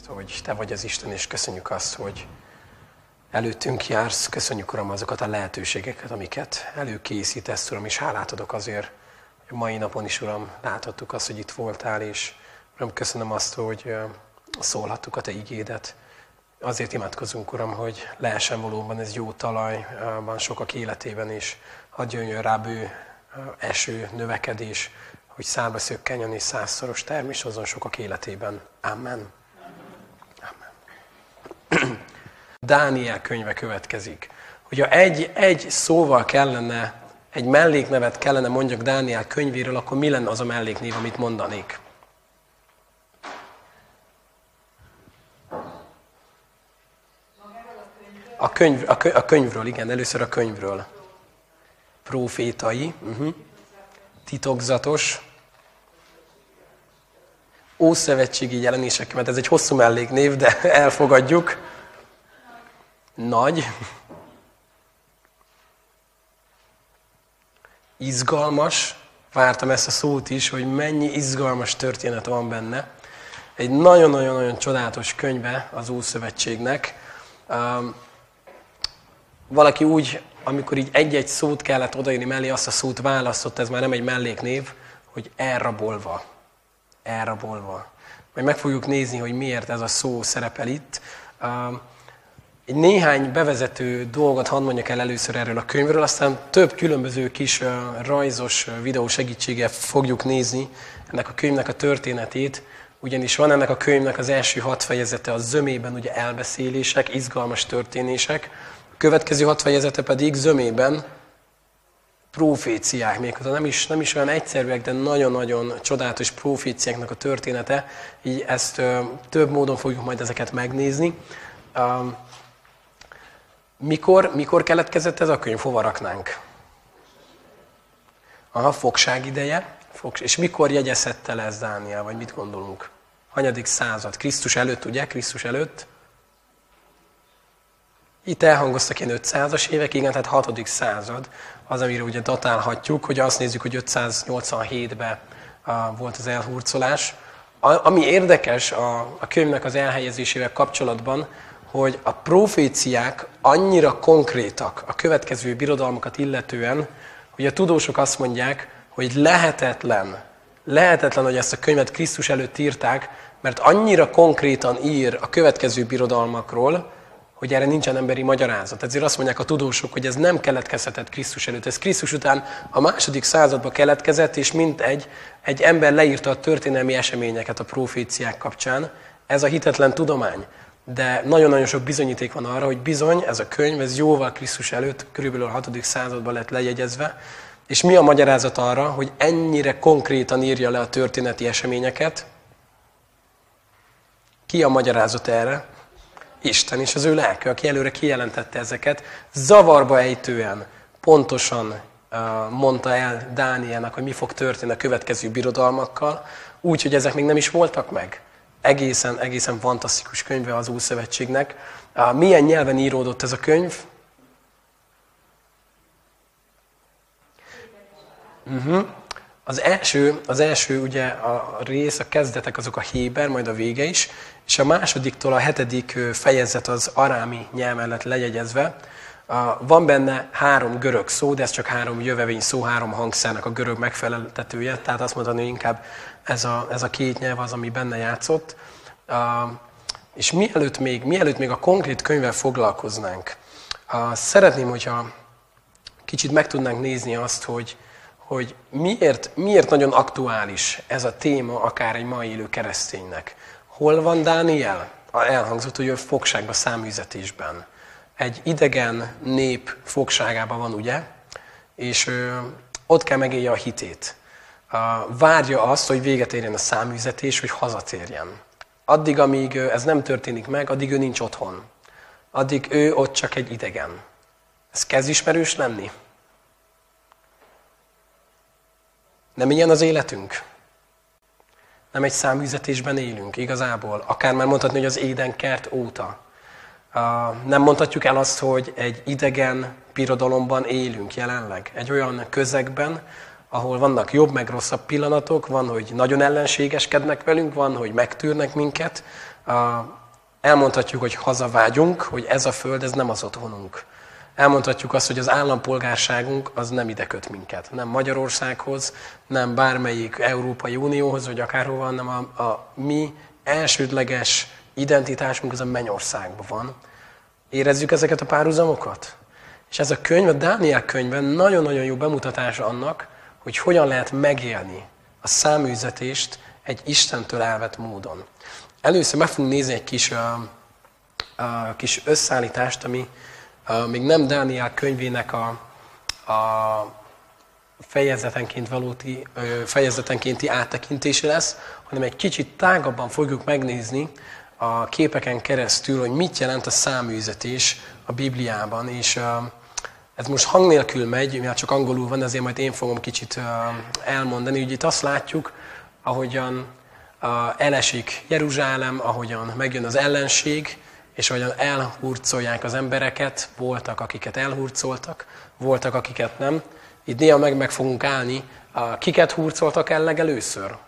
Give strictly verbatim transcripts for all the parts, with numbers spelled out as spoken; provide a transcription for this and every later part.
hogy Te vagy az Isten, és köszönjük azt, hogy előttünk jársz. Köszönjük, Uram, azokat a lehetőségeket, amiket előkészítesz, Uram, és hálát adok azért, hogy a mai napon is, Uram, láthattuk azt, hogy itt voltál, és Uram, köszönöm azt, hogy szólhattuk a Te igédet. Azért imádkozunk, Uram, hogy lehessen valóban ez jó talaj van sokak életében, és hadd jöjjön rá bő eső, növekedés, hogy szárba szökkenjen és százszoros termés hozzon sokak életében. Amen. Amen. Dániel könyve következik. Hogyha egy, egy szóval kellene, egy melléknevet kellene mondjak Dániel könyvéről, akkor mi lenne az a melléknév, amit mondanék? A, könyv, a, könyv, a könyvről, igen, először a könyvről. Prófétai, uh-huh. Titokzatos, ószövetségi jelenések, mert ez egy hosszú melléknév, de elfogadjuk. Nagy, izgalmas, vártam ezt a szót is, hogy mennyi izgalmas történet van benne. Egy nagyon-nagyon-nagyon csodálatos könyve az Ószövetségnek. Valaki úgy, amikor így egy-egy szót kellett odaírni mellé, azt a szót választott, ez már nem egy melléknév, hogy elrabolva. Elrabolva. Majd meg fogjuk nézni, hogy miért ez a szó szerepel itt. Egy néhány bevezető dolgot hadd mondjak el először erről a könyvről, aztán több különböző kis rajzos videó segítséggel fogjuk nézni ennek a könyvnek a történetét, ugyanis van ennek a könyvnek az első hat fejezete a zömében ugye elbeszélések, izgalmas történések, a következő hat fejezete pedig zömében proféciák, méghozzá nem is, nem is olyan egyszerűek, de nagyon-nagyon csodálatos proféciáknak a története, így ezt ö, több módon fogjuk majd ezeket megnézni. Um, Mikor, mikor keletkezett ez a könyv? Hova raknánk? Aha, fogság ideje. Fogs... És mikor jegyezhette le ez Dániel, vagy mit gondolunk? Hanyadik század? Krisztus előtt, ugye? Krisztus előtt. Itt elhangoztak ilyen ötszázas évek, igen, tehát hatodik század. Az, amire ugye datálhatjuk, hogy azt nézzük, hogy ötszáznyolcvanhétben volt az elhurcolás. Ami érdekes a, a könyvnek az elhelyezésével kapcsolatban, hogy a proféciák annyira konkrétak a következő birodalmakat illetően, hogy a tudósok azt mondják, hogy lehetetlen, lehetetlen, hogy ezt a könyvet Krisztus előtt írták, mert annyira konkrétan ír a következő birodalmakról, hogy erre nincsen emberi magyarázat. Ezért azt mondják a tudósok, hogy ez nem keletkezhetett Krisztus előtt. Ez Krisztus után a második században keletkezett, és mint egy, egy ember leírta a történelmi eseményeket a proféciák kapcsán. Ez a hitetlen tudomány. De nagyon-nagyon sok bizonyíték van arra, hogy bizony ez a könyv, ez jóval Krisztus előtt, körülbelül a hatodik században lett lejegyezve. És mi a magyarázat arra, hogy ennyire konkrétan írja le a történeti eseményeket? Ki a magyarázat erre? Isten és az ő lelke, aki előre kijelentette ezeket. Zavarba ejtően, pontosan uh, mondta el Dánielnek, hogy mi fog történni a következő birodalmakkal, úgy, hogy ezek még nem is voltak meg. Egészen, egészen fantasztikus könyve az Ószövetségnek. Milyen nyelven íródott ez a könyv? Uh-huh. Az első, az első ugye a rész, a kezdetek azok a héber, majd a vége is, és a másodiktól a hetedik fejezet az arámi nyelven lett lejegyezve. Van benne három görög szó, de ez csak három jövevény szó, három hangszernek a görög megfeleltetője, tehát azt mondani, hogy inkább ez a, ez a két nyelv az, ami benne játszott. Uh, és mielőtt még, mielőtt még a konkrét könyvvel foglalkoznánk, uh, szeretném, hogyha kicsit meg tudnánk nézni azt, hogy, hogy miért, miért nagyon aktuális ez a téma akár egy ma élő kereszténynek. Hol van Dániel? Elhangzott, hogy ő fogságban, száműzetésben. Egy idegen nép fogságában van, ugye? És ő, ott kell megélje a hitét. Uh, várja azt, hogy véget érjen a száműzetés, hogy hazatérjen. Addig, amíg ez nem történik meg, addig ő nincs otthon. Addig ő ott csak egy idegen. Ez kezd ismerős lenni? Nem ilyen az életünk? Nem egy száműzetésben élünk igazából? Akár már mondhatni, hogy az Édenkert óta. Uh, nem mondhatjuk el azt, hogy egy idegen birodalomban élünk jelenleg. Egy olyan közegben, ahol vannak jobb meg rosszabb pillanatok, van, hogy nagyon ellenségeskednek velünk, van, hogy megtűrnek minket. Elmondhatjuk, hogy hazavágyunk, hogy ez a föld, ez nem az otthonunk. Elmondhatjuk azt, hogy az állampolgárságunk az nem ide köt minket. Nem Magyarországhoz, nem bármelyik Európai Unióhoz, vagy akárhova, hanem a, a mi elsődleges identitásunk az a mennyországban van. Érezzük ezeket a párhuzamokat? És ez a könyv, a Dániel könyvben nagyon-nagyon jó bemutatása annak, hogy hogyan lehet megélni a száműzetést egy Istentől elvett módon. Először meg fogunk nézni egy kis, a, a kis összeállítást, ami a, még nem Dániel könyvének a, a fejezetenként valóti, fejezetenkénti áttekintése lesz, hanem egy kicsit tágabban fogjuk megnézni a képeken keresztül, hogy mit jelent a száműzetés a Bibliában. És ez most hang nélkül megy, mivel csak angolul van, ezért majd én fogom kicsit elmondani. Úgy itt azt látjuk, ahogyan elesik Jeruzsálem, ahogyan megjön az ellenség, és ahogyan elhurcolják az embereket, voltak, akiket elhurcoltak, voltak, akiket nem. Itt néha meg, meg fogunk állni. Kiket hurcoltak el legelőször?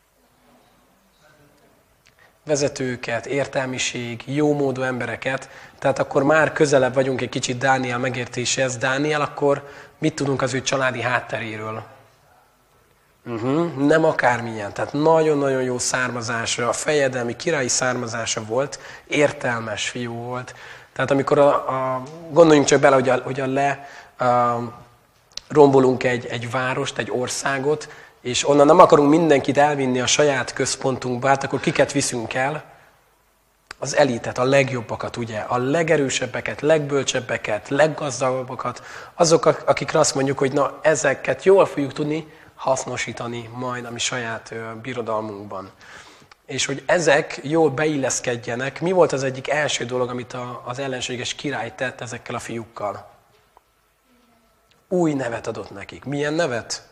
Vezetőket, értelmiség, jómódú embereket. Tehát akkor már közelebb vagyunk egy kicsit Dániel megértéséhez. Dániel, akkor mit tudunk az ő családi hátteréről? Uh-huh. Nem akármilyen. Tehát nagyon-nagyon jó származása, a fejedelmi királyi származása volt, értelmes fiú volt. Tehát amikor a, a, gondoljunk csak bele, hogy a, hogy a le a, rombolunk egy, egy várost, egy országot, és onnan nem akarunk mindenkit elvinni a saját központunkba, hát akkor kiket viszünk el? Az elitet, a legjobbakat, ugye? A legerősebbeket, legbölcsebbeket, leggazdagabbakat, azok, akikre azt mondjuk, hogy na, ezeket jól fogjuk tudni hasznosítani majd a mi saját birodalmunkban. És hogy ezek jól beilleszkedjenek. Mi volt az egyik első dolog, amit a, az ellenséges király tett ezekkel a fiúkkal? Új nevet adott nekik. Milyen nevet?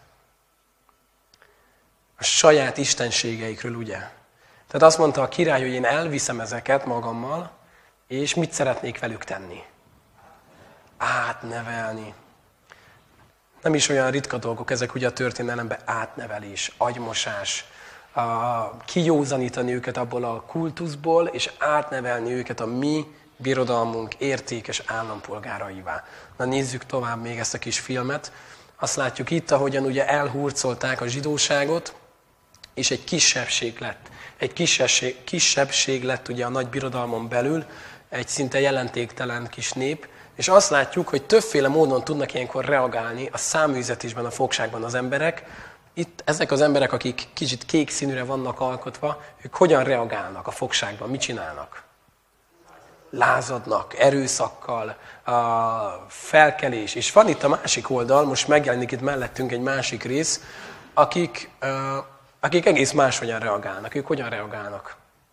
A saját istenségeikről, ugye? Tehát azt mondta a király, hogy én elviszem ezeket magammal, és mit szeretnék velük tenni? Átnevelni. Nem is olyan ritka dolgok ezek ugye a történelemben, átnevelés, agymosás, kijózanítani őket abból a kultuszból, és átnevelni őket a mi birodalmunk értékes állampolgáraivá. Na nézzük tovább még ezt a kis filmet. Azt látjuk itt, ahogyan ugye elhurcolták a zsidóságot, és egy kisebbség lett. Egy kisebbség, kisebbség lett ugye a nagy birodalmon belül, egy szinte jelentéktelen kis nép, és azt látjuk, hogy többféle módon tudnak ilyenkor reagálni a száműzetésben, a fogságban az emberek. Itt ezek az emberek, akik kicsit kék színűre vannak alkotva, ők hogyan reagálnak a fogságban, mit csinálnak? Lázadnak, erőszakkal, felkelés. És van itt a másik oldal, most megjelenik itt mellettünk egy másik rész, akik, akik egész máshogyan reagálnak. Ők hogyan reagálnak?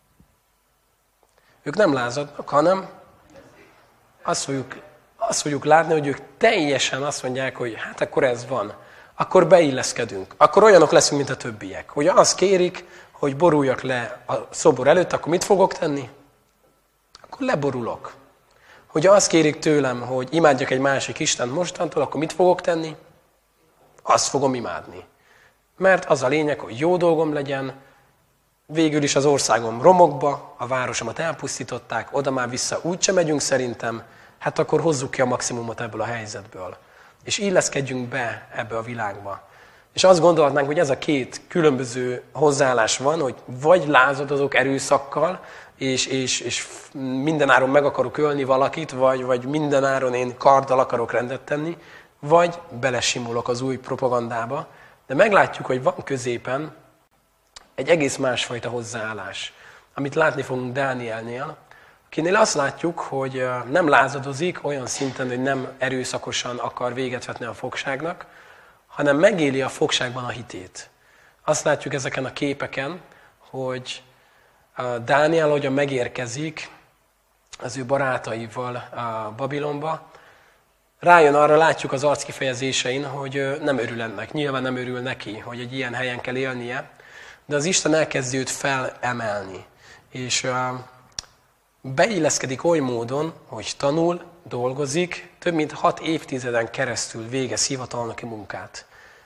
Ők nem lázadnak, hanem azt fogjuk, azt fogjuk látni, hogy ők teljesen azt mondják, hogy hát akkor ez van. Akkor beilleszkedünk. Akkor olyanok leszünk, mint a többiek. Hogy azt kérik, hogy boruljak le a szobor előtt, akkor mit fogok tenni? Akkor leborulok. Hogy azt kérik tőlem, hogy imádjak egy másik Istent mostantól, akkor mit fogok tenni? Azt fogom imádni. Mert az a lényeg, hogy jó dolgom legyen, végül is az országom romokba, a városomat elpusztították, oda már vissza úgysem megyünk szerintem, hát akkor hozzuk ki a maximumot ebből a helyzetből. És illeszkedjünk be ebbe a világba. És azt gondolhatnánk, hogy ez a két különböző hozzáállás van, hogy vagy lázadozok erőszakkal, és, és, és mindenáron meg akarok ölni valakit, vagy, vagy mindenáron én karddal akarok rendet tenni, vagy belesimulok az új propagandába. De meglátjuk, hogy van középen egy egész másfajta hozzáállás, amit látni fogunk Dánielnél, akinél azt látjuk, hogy nem lázadozik olyan szinten, hogy nem erőszakosan akar véget vetni a fogságnak, hanem megéli a fogságban a hitét. Azt látjuk ezeken a képeken, hogy Dániel, ahogyan megérkezik az ő barátaival a Babilonba, rájön arra, látjuk az arckifejezésein, hogy nem örül ennek. Nyilván nem örül neki, hogy egy ilyen helyen kell élnie, de az Isten elkezdi őt felemelni. És beilleszkedik oly módon, hogy tanul, dolgozik, több mint hat évtizeden keresztül végez hivatalnoki munkát.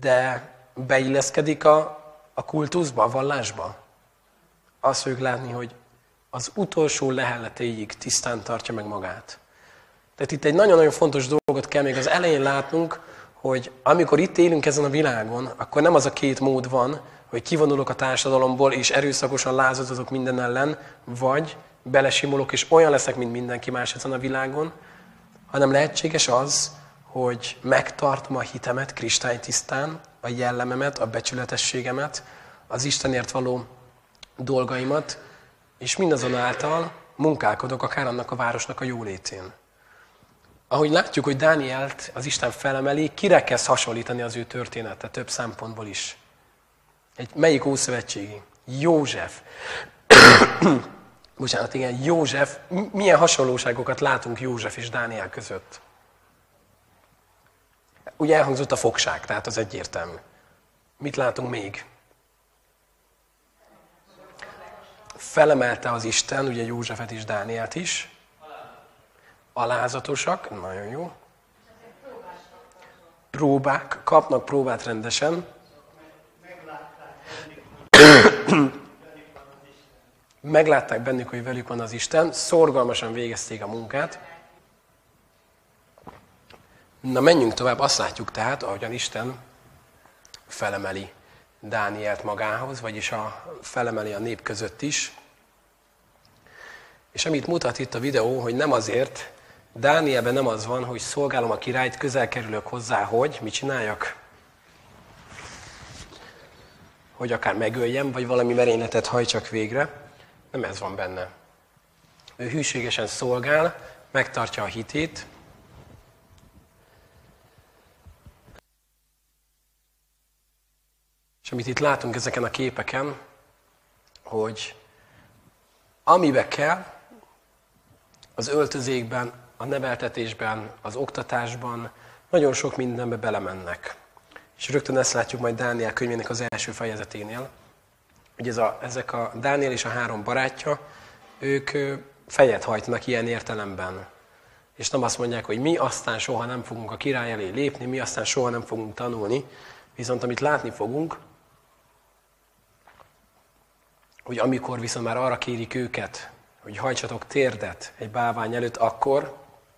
de beilleszkedik a, a kultuszba, a vallásba. Azt fogjuk látni, hogy az utolsó lehelletéig tisztán tartja meg magát. Tehát itt egy nagyon-nagyon fontos dolgot kell még az elején látnunk, hogy amikor itt élünk ezen a világon, akkor nem az a két mód van, hogy kivonulok a társadalomból, és erőszakosan lázadozok minden ellen, vagy belesimulok, és olyan leszek, mint mindenki más ezen a világon, hanem lehetséges az, hogy megtartom a hitemet kristálytisztán, a jellememet, a becsületességemet, az Istenért való dolgaimat, és mindazonáltal munkálkodok akár annak a városnak a jólétén. Ahogy látjuk, hogy Dánielt az Isten felemeli, kire kezd hasonlítani az ő története több szempontból is. Egy melyik ószövetségi? József. Bocsánat, igen, József. Milyen hasonlóságokat látunk József és Dániel között? Ugye elhangzott a fogság, tehát az egyértelmű. Mit látunk még? Felemelte az Isten, ugye Józsefet és Dánielt is. Alázatosak, nagyon jó. Próbák, kapnak próbát rendesen. Meglátták bennük, hogy velük van az Isten, szorgalmasan végezték a munkát. Na menjünk tovább, azt látjuk tehát, ahogyan Isten felemeli Dánielt magához, vagyis a, felemeli a nép között is. És amit mutat itt a videó, hogy nem azért, Dánielben nem az van, hogy szolgálom a királyt, közel kerülök hozzá, hogy mit csináljak? Hogy akár megöljem, vagy valami merényletet hajtsak végre. Nem ez van benne. Ő hűségesen szolgál, megtartja a hitét. És amit itt látunk ezeken a képeken, hogy amibe kell, az öltözékben, a neveltetésben, az oktatásban, nagyon sok mindenbe belemennek. És rögtön ezt látjuk majd Dániel könyvének az első fejezeténél, hogy ez a, ezek a Dániel és a három barátja, ők fejet hajtanak ilyen értelemben. És nem azt mondják, hogy mi aztán soha nem fogunk a király elé lépni, mi aztán soha nem fogunk tanulni, viszont amit látni fogunk, hogy amikor viszont már arra kérik őket, hogy hajtsatok térdet egy bálvány előtt, akkor,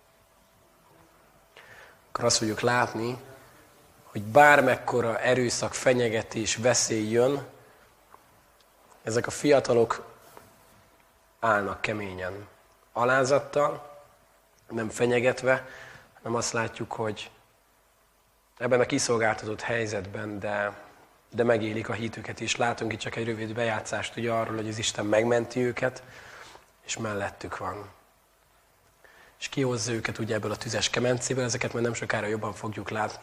akkor azt fogjuk látni, hogy bármekkora erőszak, fenyegetés, veszély jön, ezek a fiatalok állnak keményen, alázattal, nem fenyegetve, hanem azt látjuk, hogy ebben a kiszolgáltatott helyzetben, de, de megélik a hitüket is. Látunk itt csak egy rövid bejátszást ugye arról, hogy az Isten megmenti őket, és mellettük van. És kihozza őket ugye ebből a tüzes kemencéből, ezeket majd nem sokára jobban fogjuk látni.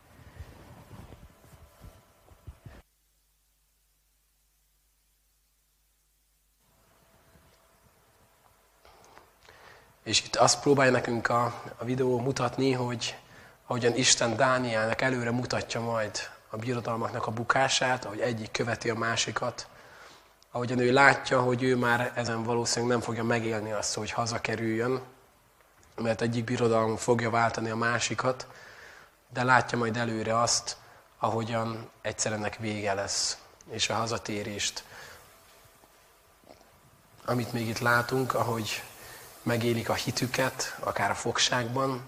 És itt azt próbálja nekünk a, a videó mutatni, hogy ahogyan Isten Dánielnek előre mutatja majd a birodalmaknak a bukását, ahogy egyik követi a másikat, ahogyan ő látja, hogy ő már ezen valószínűleg nem fogja megélni azt, hogy hazakerüljön, mert egyik birodalom fogja váltani a másikat, de látja majd előre azt, ahogyan egyszer ennek vége lesz, és a hazatérést. Amit még itt látunk, ahogy megélik a hitüket, akár a fogságban.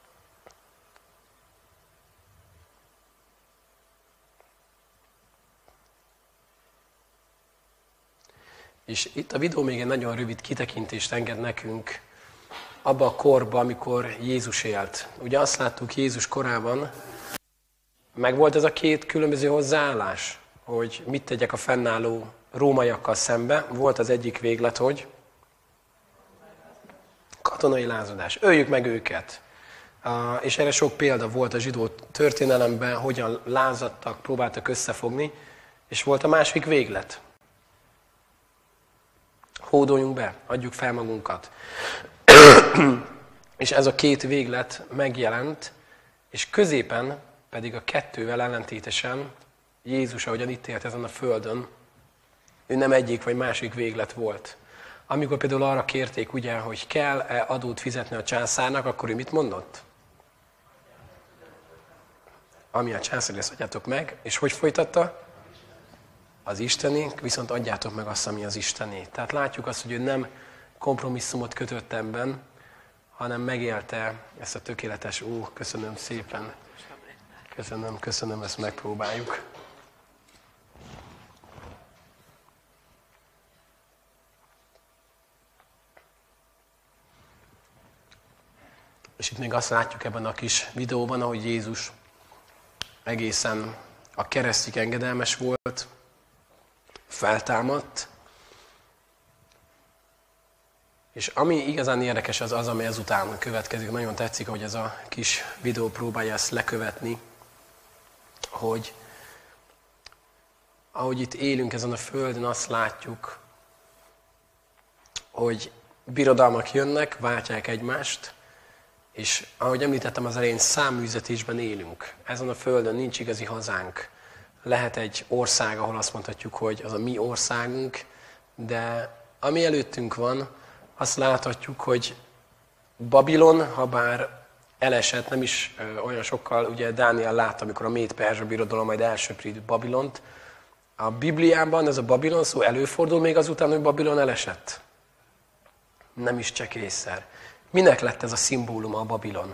És itt a videó még egy nagyon rövid kitekintést enged nekünk abba a korba, amikor Jézus élt. Ugye azt láttuk Jézus korában, meg volt ez a két különböző hozzáállás, hogy mit tegyek a fennálló rómaiakkal szembe. Volt az egyik véglet, hogy katonai lázadás, öljük meg őket. És erre sok példa volt a zsidó történelemben, hogyan lázadtak, próbáltak összefogni, és volt a másik véglet. Hódoljunk be, adjuk fel magunkat. És ez a két véglet megjelent, és középen pedig a kettővel ellentétesen Jézus, ahogyan itt élt ezen a földön, ő nem egyik vagy másik véglet volt. Amikor például arra kérték, ugye, hogy kell-e adót fizetni a császárnak, akkor ő mit mondott? ami a császári azt adjátok meg, és hogy folytatta? Az Istenénk, viszont adjátok meg azt, ami az Istené. Tehát látjuk azt, hogy ő nem kompromisszumot kötött ebben, hanem megélte ezt a tökéletes, ó, köszönöm szépen, köszönöm, köszönöm, ezt megpróbáljuk. És itt még azt látjuk ebben a kis videóban, ahogy Jézus egészen a keresztig engedelmes volt, feltámadt, és ami igazán érdekes az az, ami ezután következik. Nagyon tetszik, hogy ez a kis videó próbálja ezt lekövetni, hogy ahogy itt élünk ezen a földön, azt látjuk, hogy birodalmak jönnek, váltják egymást, és ahogy említettem az elején, száműzetésben élünk. Ezen a földön nincs igazi hazánk. Lehet egy ország, ahol azt mondhatjuk, hogy az a mi országunk, de ami előttünk van, azt láthatjuk, hogy Babilon, ha bár elesett, nem is olyan sokkal, ugye Dániel látta, amikor a Méd-Perzsa birodalom majd elsöpri Babilont. A Bibliában ez a Babilon szó előfordul még azután, hogy Babilon elesett. Nem is csekészer. Minek lett ez a szimbóluma, a Babilon?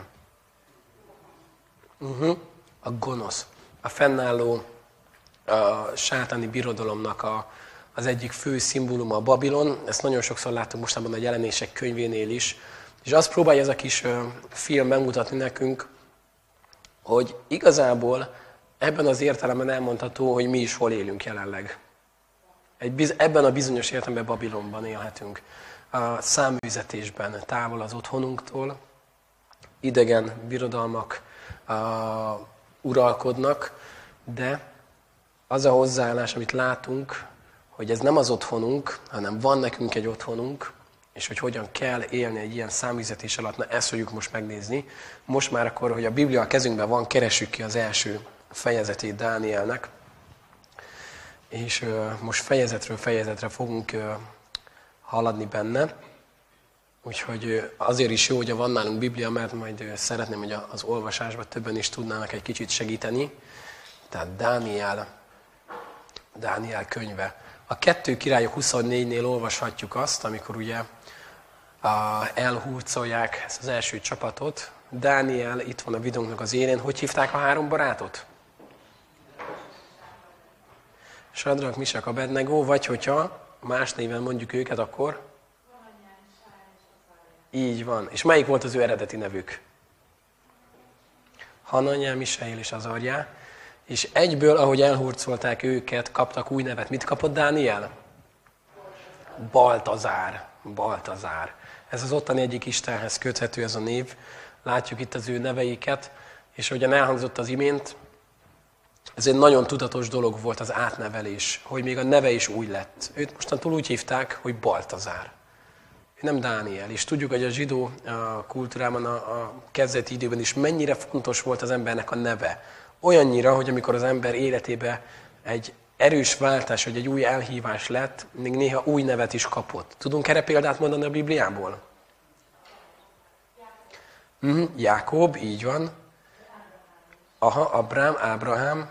Uh-huh. A gonosz. A fennálló a sátáni birodalomnak a, az egyik fő szimbóluma a Babilon. Ezt nagyon sokszor látunk mostában a Jelenések könyvénél is. És azt próbálja ez a kis uh, film megmutatni nekünk, hogy igazából ebben az értelemben elmondható, hogy mi is hol élünk jelenleg. Egy biz, ebben a bizonyos értelemben Babilonban élhetünk. A száműzetésben, távol az otthonunktól, idegen birodalmak uh, uralkodnak, de az a hozzáállás, amit látunk, hogy ez nem az otthonunk, hanem van nekünk egy otthonunk, és hogy hogyan kell élni egy ilyen száműzetés alatt, na ezt fogjuk most megnézni. Most már akkor, hogy a Biblia a kezünkben van, keressük ki az első fejezetét Dánielnek, és uh, most fejezetről fejezetre fogunk uh, haladni benne. Úgyhogy azért is jó, hogy van nálunk Biblia, mert majd szeretném, hogy az olvasásban többen is tudnának egy kicsit segíteni. Tehát Dániel, Dániel könyve. A kettő királyok huszonnégynél olvashatjuk azt, amikor ugye elhurcolják ezt az első csapatot. Dániel itt van a videónknak az élén. Hogy hívták a három barátot? Sadrak, Misak, Abednego, vagy hogyha más néven mondjuk őket, akkor? Így van. És melyik volt az ő eredeti nevük? Hananyá, Misaél és Azarjá. És egyből, ahogy elhurcolták őket, kaptak új nevet. Mit kapott Dániel? Baltazár. Baltazár. Ez az ottani egyik istenhez köthető ez a név. Látjuk itt az ő neveiket. És ahogyan elhangzott az imént, ez egy nagyon tudatos dolog volt az átnevelés, hogy még a neve is új lett. Őt mostantól úgy hívták, hogy Baltazár. Ő nem Dániel. És tudjuk, hogy a zsidó kultúrában, a, a kezdeti időben is mennyire fontos volt az embernek a neve. Olyannyira, hogy amikor az ember életébe egy erős váltás, vagy egy új elhívás lett, még néha új nevet is kapott. Tudunk erre példát mondani a Bibliából? Mm, Jákob, így van. Aha, Abrám, Ábrahám,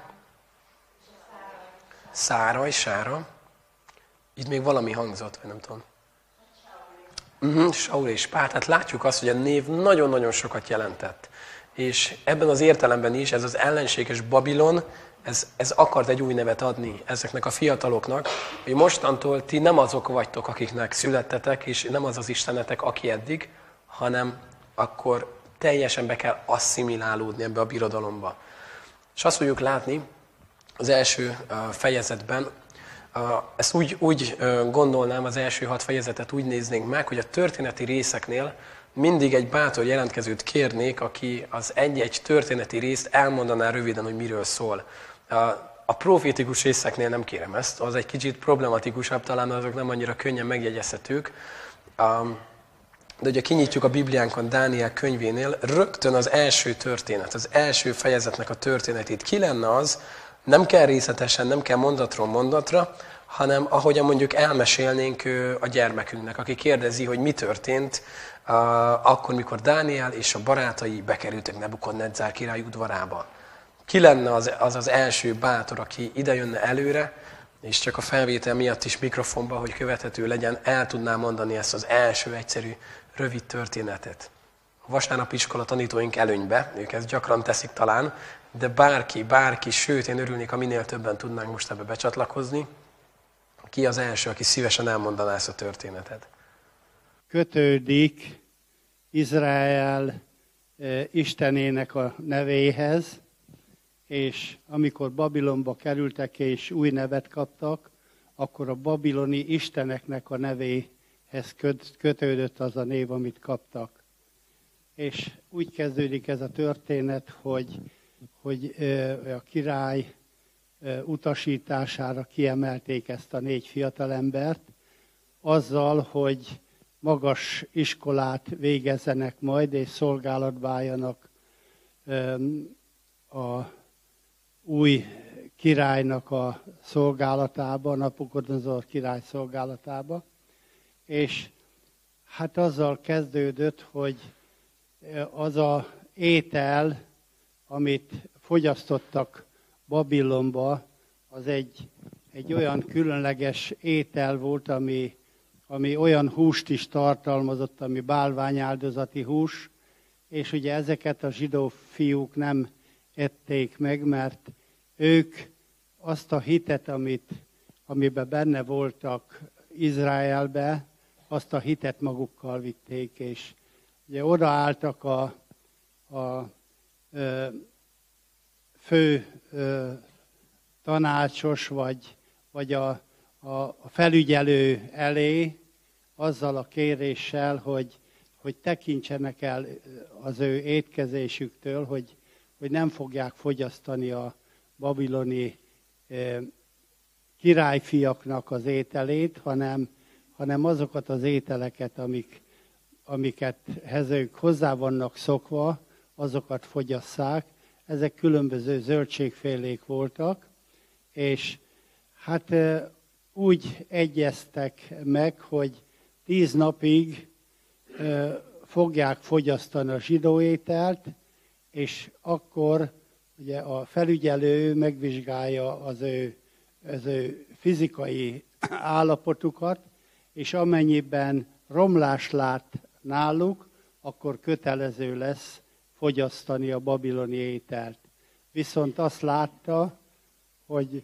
Szára és Sára. Itt még valami hangzott, vagy nem tudom. Uh-huh, Saul és Pál. Tehát látjuk azt, hogy a név nagyon-nagyon sokat jelentett. És ebben az értelemben is ez az ellenséges Babilon, ez, ez akart egy új nevet adni ezeknek a fiataloknak, hogy mostantól ti nem azok vagytok, akiknek születtetek, és nem az az istenetek, aki eddig, hanem akkor teljesen be kell asszimilálódni ebbe a birodalomba. És azt fogjuk látni az első fejezetben, ezt úgy, úgy gondolnám, az első hat fejezetet úgy néznénk meg, hogy a történeti részeknél mindig egy bátor jelentkezőt kérnék, aki az egy-egy történeti részt elmondaná röviden, hogy miről szól. A profétikus részeknél nem kérem ezt, az egy kicsit problematikusabb, talán azok nem annyira könnyen megjegyezhetők. De ugye kinyitjuk a Bibliánkon Dániel könyvénél, rögtön az első történet, az első fejezetnek a történetét. Ki lenne az, nem kell részletesen, nem kell mondatról mondatra, hanem ahogyan mondjuk elmesélnénk a gyermekünknek, aki kérdezi, hogy mi történt akkor, mikor Dániel és a barátai bekerültek Nebukadnezzár király udvarába. Ki lenne az az, az első bátor, aki ide jönne előre, és csak a felvétel miatt is mikrofonba, hogy követhető legyen, el tudná mondani ezt az első egyszerű, rövid történetet. A vasárnap iskola tanítóink előnybe, ők ezt gyakran teszik talán, de bárki, bárki, sőt, én örülnék, ha minél többen tudnánk most ebbe becsatlakozni. Ki az első, aki szívesen elmondaná ezt a történetet? Kötődik Izrael istenének a nevéhez, és amikor Babilonba kerültek és új nevet kaptak, akkor a babiloni isteneknek a nevéhez kötődött az a név, amit kaptak. És úgy kezdődik ez a történet, hogy, hogy a király utasítására kiemelték ezt a négy fiatalembert, azzal, hogy magas iskolát végezzenek majd, és szolgálatba álljanak a új királynak a szolgálatába, Nabukodonozor király szolgálatába. És hát azzal kezdődött, hogy az a étel, amit fogyasztottak Babilonba, az egy, egy olyan különleges étel volt, ami, ami olyan húst is tartalmazott, ami bálványáldozati hús, és ugye ezeket a zsidó fiúk nem ették meg, mert ők azt a hitet, amit, amiben benne voltak Izraelbe, azt a hitet magukkal vitték, és ugye odaálltak a, a, a fő ö, tanácsos, vagy, vagy a, a, a felügyelő elé, azzal a kéréssel, hogy, hogy tekintsenek el az ő étkezésüktől, hogy, hogy nem fogják fogyasztani a babiloni ö, királyfiaknak az ételét, hanem, hanem azokat az ételeket, amik, amiket ők hozzá vannak szokva, azokat fogyasszák. Ezek különböző zöldségfélék voltak, és hát úgy egyeztek meg, hogy tíz napig fogják fogyasztani a zsidó ételt, és akkor ugye a felügyelő megvizsgálja az ő, az ő fizikai állapotukat, és amennyiben romlás lát náluk, akkor kötelező lesz fogyasztani a babiloni ételt. Viszont azt látta, hogy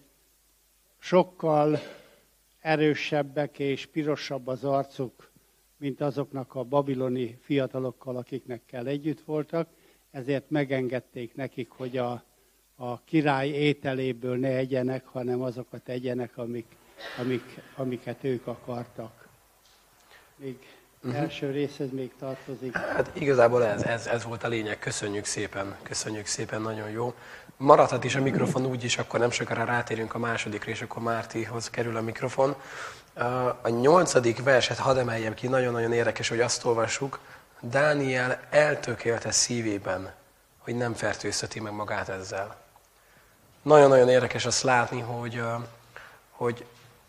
sokkal erősebbek és pirosabb az arcuk, mint azoknak a babiloni fiatalokkal, akiknek együtt voltak, ezért megengedték nekik, hogy a, a király ételéből ne egyenek, hanem azokat egyenek, amik, amik, amiket ők akartak. Még Uh-huh. első részhez még tartozik. Hát igazából ez, ez, ez volt a lényeg. Köszönjük szépen, köszönjük szépen, nagyon jó. Maradhat is a mikrofon úgyis, akkor nem sokára rátérünk a másodikra, és akkor Mártihoz kerül a mikrofon. A nyolcadik verset hadd emeljem ki, nagyon-nagyon érdekes, hogy azt olvassuk, Dániel eltökélte szívében, hogy nem fertőzteti meg magát ezzel. Nagyon-nagyon érdekes azt látni, hogy, hogy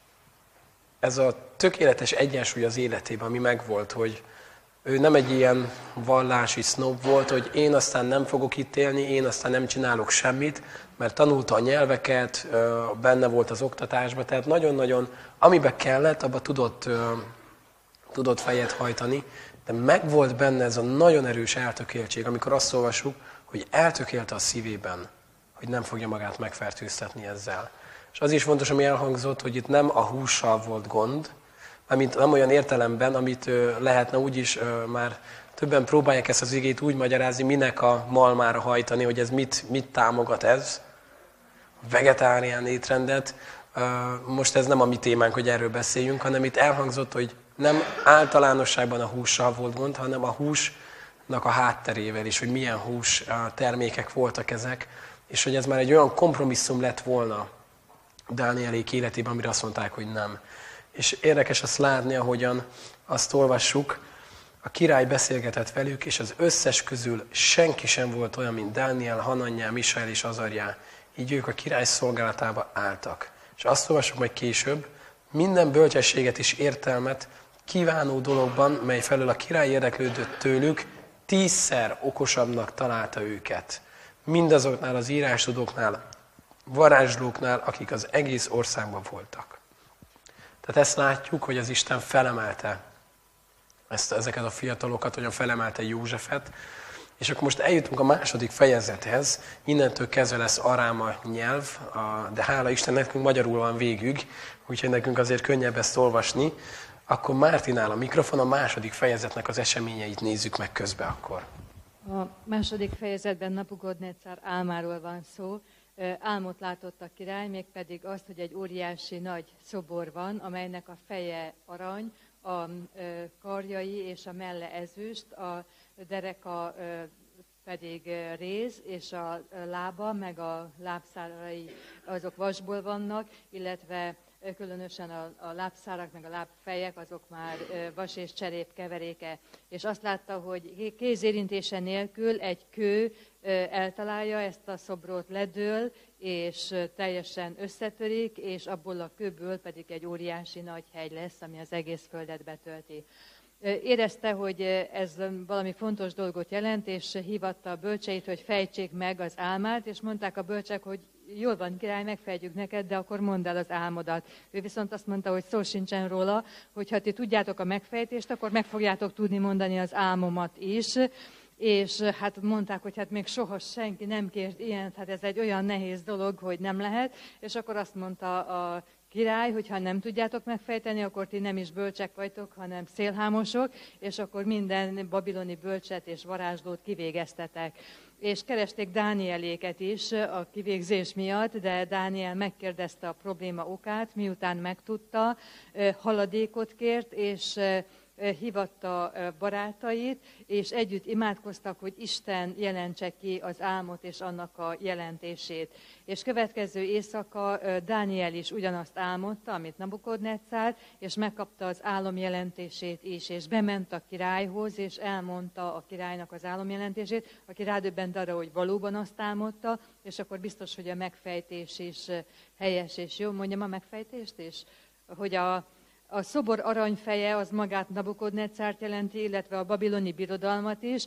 ez a tökéletes egyensúly az életében, ami megvolt, hogy ő nem egy ilyen vallási sznob volt, hogy én aztán nem fogok itt élni, én aztán nem csinálok semmit, mert tanulta a nyelveket, benne volt az oktatásban, tehát nagyon-nagyon, amiben kellett, abba tudott, tudott fejet hajtani, de megvolt benne ez a nagyon erős eltökéltség, amikor azt olvassuk, hogy eltökélte a szívében, hogy nem fogja magát megfertőztetni ezzel. És az is fontos, ami elhangzott, hogy itt nem a hússal volt gond, amit nem olyan értelemben, amit lehetne úgyis már többen próbálják ezt az igét úgy magyarázni, minek a malmára hajtani, hogy ez mit, mit támogat ez, vegetárián étrendet. Most ez nem a mi témánk, hogy erről beszéljünk, hanem itt elhangzott, hogy nem általánosságban a hússal volt gond, hanem a húsnak a hátterével is, hogy milyen hús termékek voltak ezek, és hogy ez már egy olyan kompromisszum lett volna Dánielék életében, amire azt mondták, hogy nem. És érdekes azt látni, ahogyan azt olvassuk, a király beszélgetett velük, és az összes közül senki sem volt olyan, mint Dániel, Hananjá, Misael és Azarjá. Így ők a király szolgálatába álltak. És azt olvassuk majd később, minden bölcsességet és értelmet kívánó dologban, mely felől a király érdeklődött tőlük, tízszer okosabbnak találta őket. mindazoknál az írástudóknál, varázslóknál, akik az egész országban voltak. Tehát ezt látjuk, hogy az Isten felemelte ezt, ezeket a fiatalokat, hogyan felemelte Józsefet, és akkor most eljutunk a második fejezethez, innentől kezdve lesz arám a nyelv, de hála Istennek nekünk magyarul van végig, úgyhogy nekünk azért könnyebb ezt olvasni. Akkor Mártinál a mikrofon, a második fejezetnek az eseményeit nézzük meg közbe akkor. A második fejezetben Nabukodnecár álmáról van szó. Álmot látott a király, mégpedig azt, hogy egy óriási nagy szobor van, amelynek a feje arany, a karjai és a melle ezüst, a dereka pedig réz, és a lába, meg a lábszárai azok vasból vannak, illetve különösen a, a lábszárak, meg a lábfejek, azok már vas és cserép keveréke. És azt látta, hogy kézérintése nélkül egy kő eltalálja ezt a szobrot, ledől, és teljesen összetörik, és abból a kőből pedig egy óriási nagy hegy lesz, ami az egész földet betölti. Érezte, hogy ez valami fontos dolgot jelent, és hívatta a bölcseit, hogy fejtsék meg az álmát, és mondták a bölcsek, hogy jól van, király, megfejtjük neked, de akkor mondd el az álmodat. Ő viszont azt mondta, hogy szó sincsen róla, hogy ha ti tudjátok a megfejtést, akkor meg fogjátok tudni mondani az álmomat is. És hát mondták, hogy hát még soha senki nem kért ilyen, hát ez egy olyan nehéz dolog, hogy nem lehet. És akkor azt mondta a király, hogy ha nem tudjátok megfejteni, akkor ti nem is bölcsek vagytok, hanem szélhámosok, és akkor minden babiloni bölcset és varázslót kivégeztetek. És keresték Dánieléket is a kivégzés miatt, de Dániel megkérdezte a probléma okát, miután megtudta, haladékot kért, és hívatta barátait, és együtt imádkoztak, hogy Isten jelentse ki az álmot és annak a jelentését. És következő éjszaka Dániel is ugyanazt álmodta, amit Nabukodnecár, és megkapta az álom jelentését is, és bement a királyhoz, és elmondta a királynak az álom jelentését, aki rádöbbent arra, hogy valóban azt álmodta, és akkor biztos, hogy a megfejtés is helyes és jó. Mondjam a megfejtést is? Hogy a A szobor aranyfeje az magát Nabukodnecárt jelenti, illetve a babiloni birodalmat is.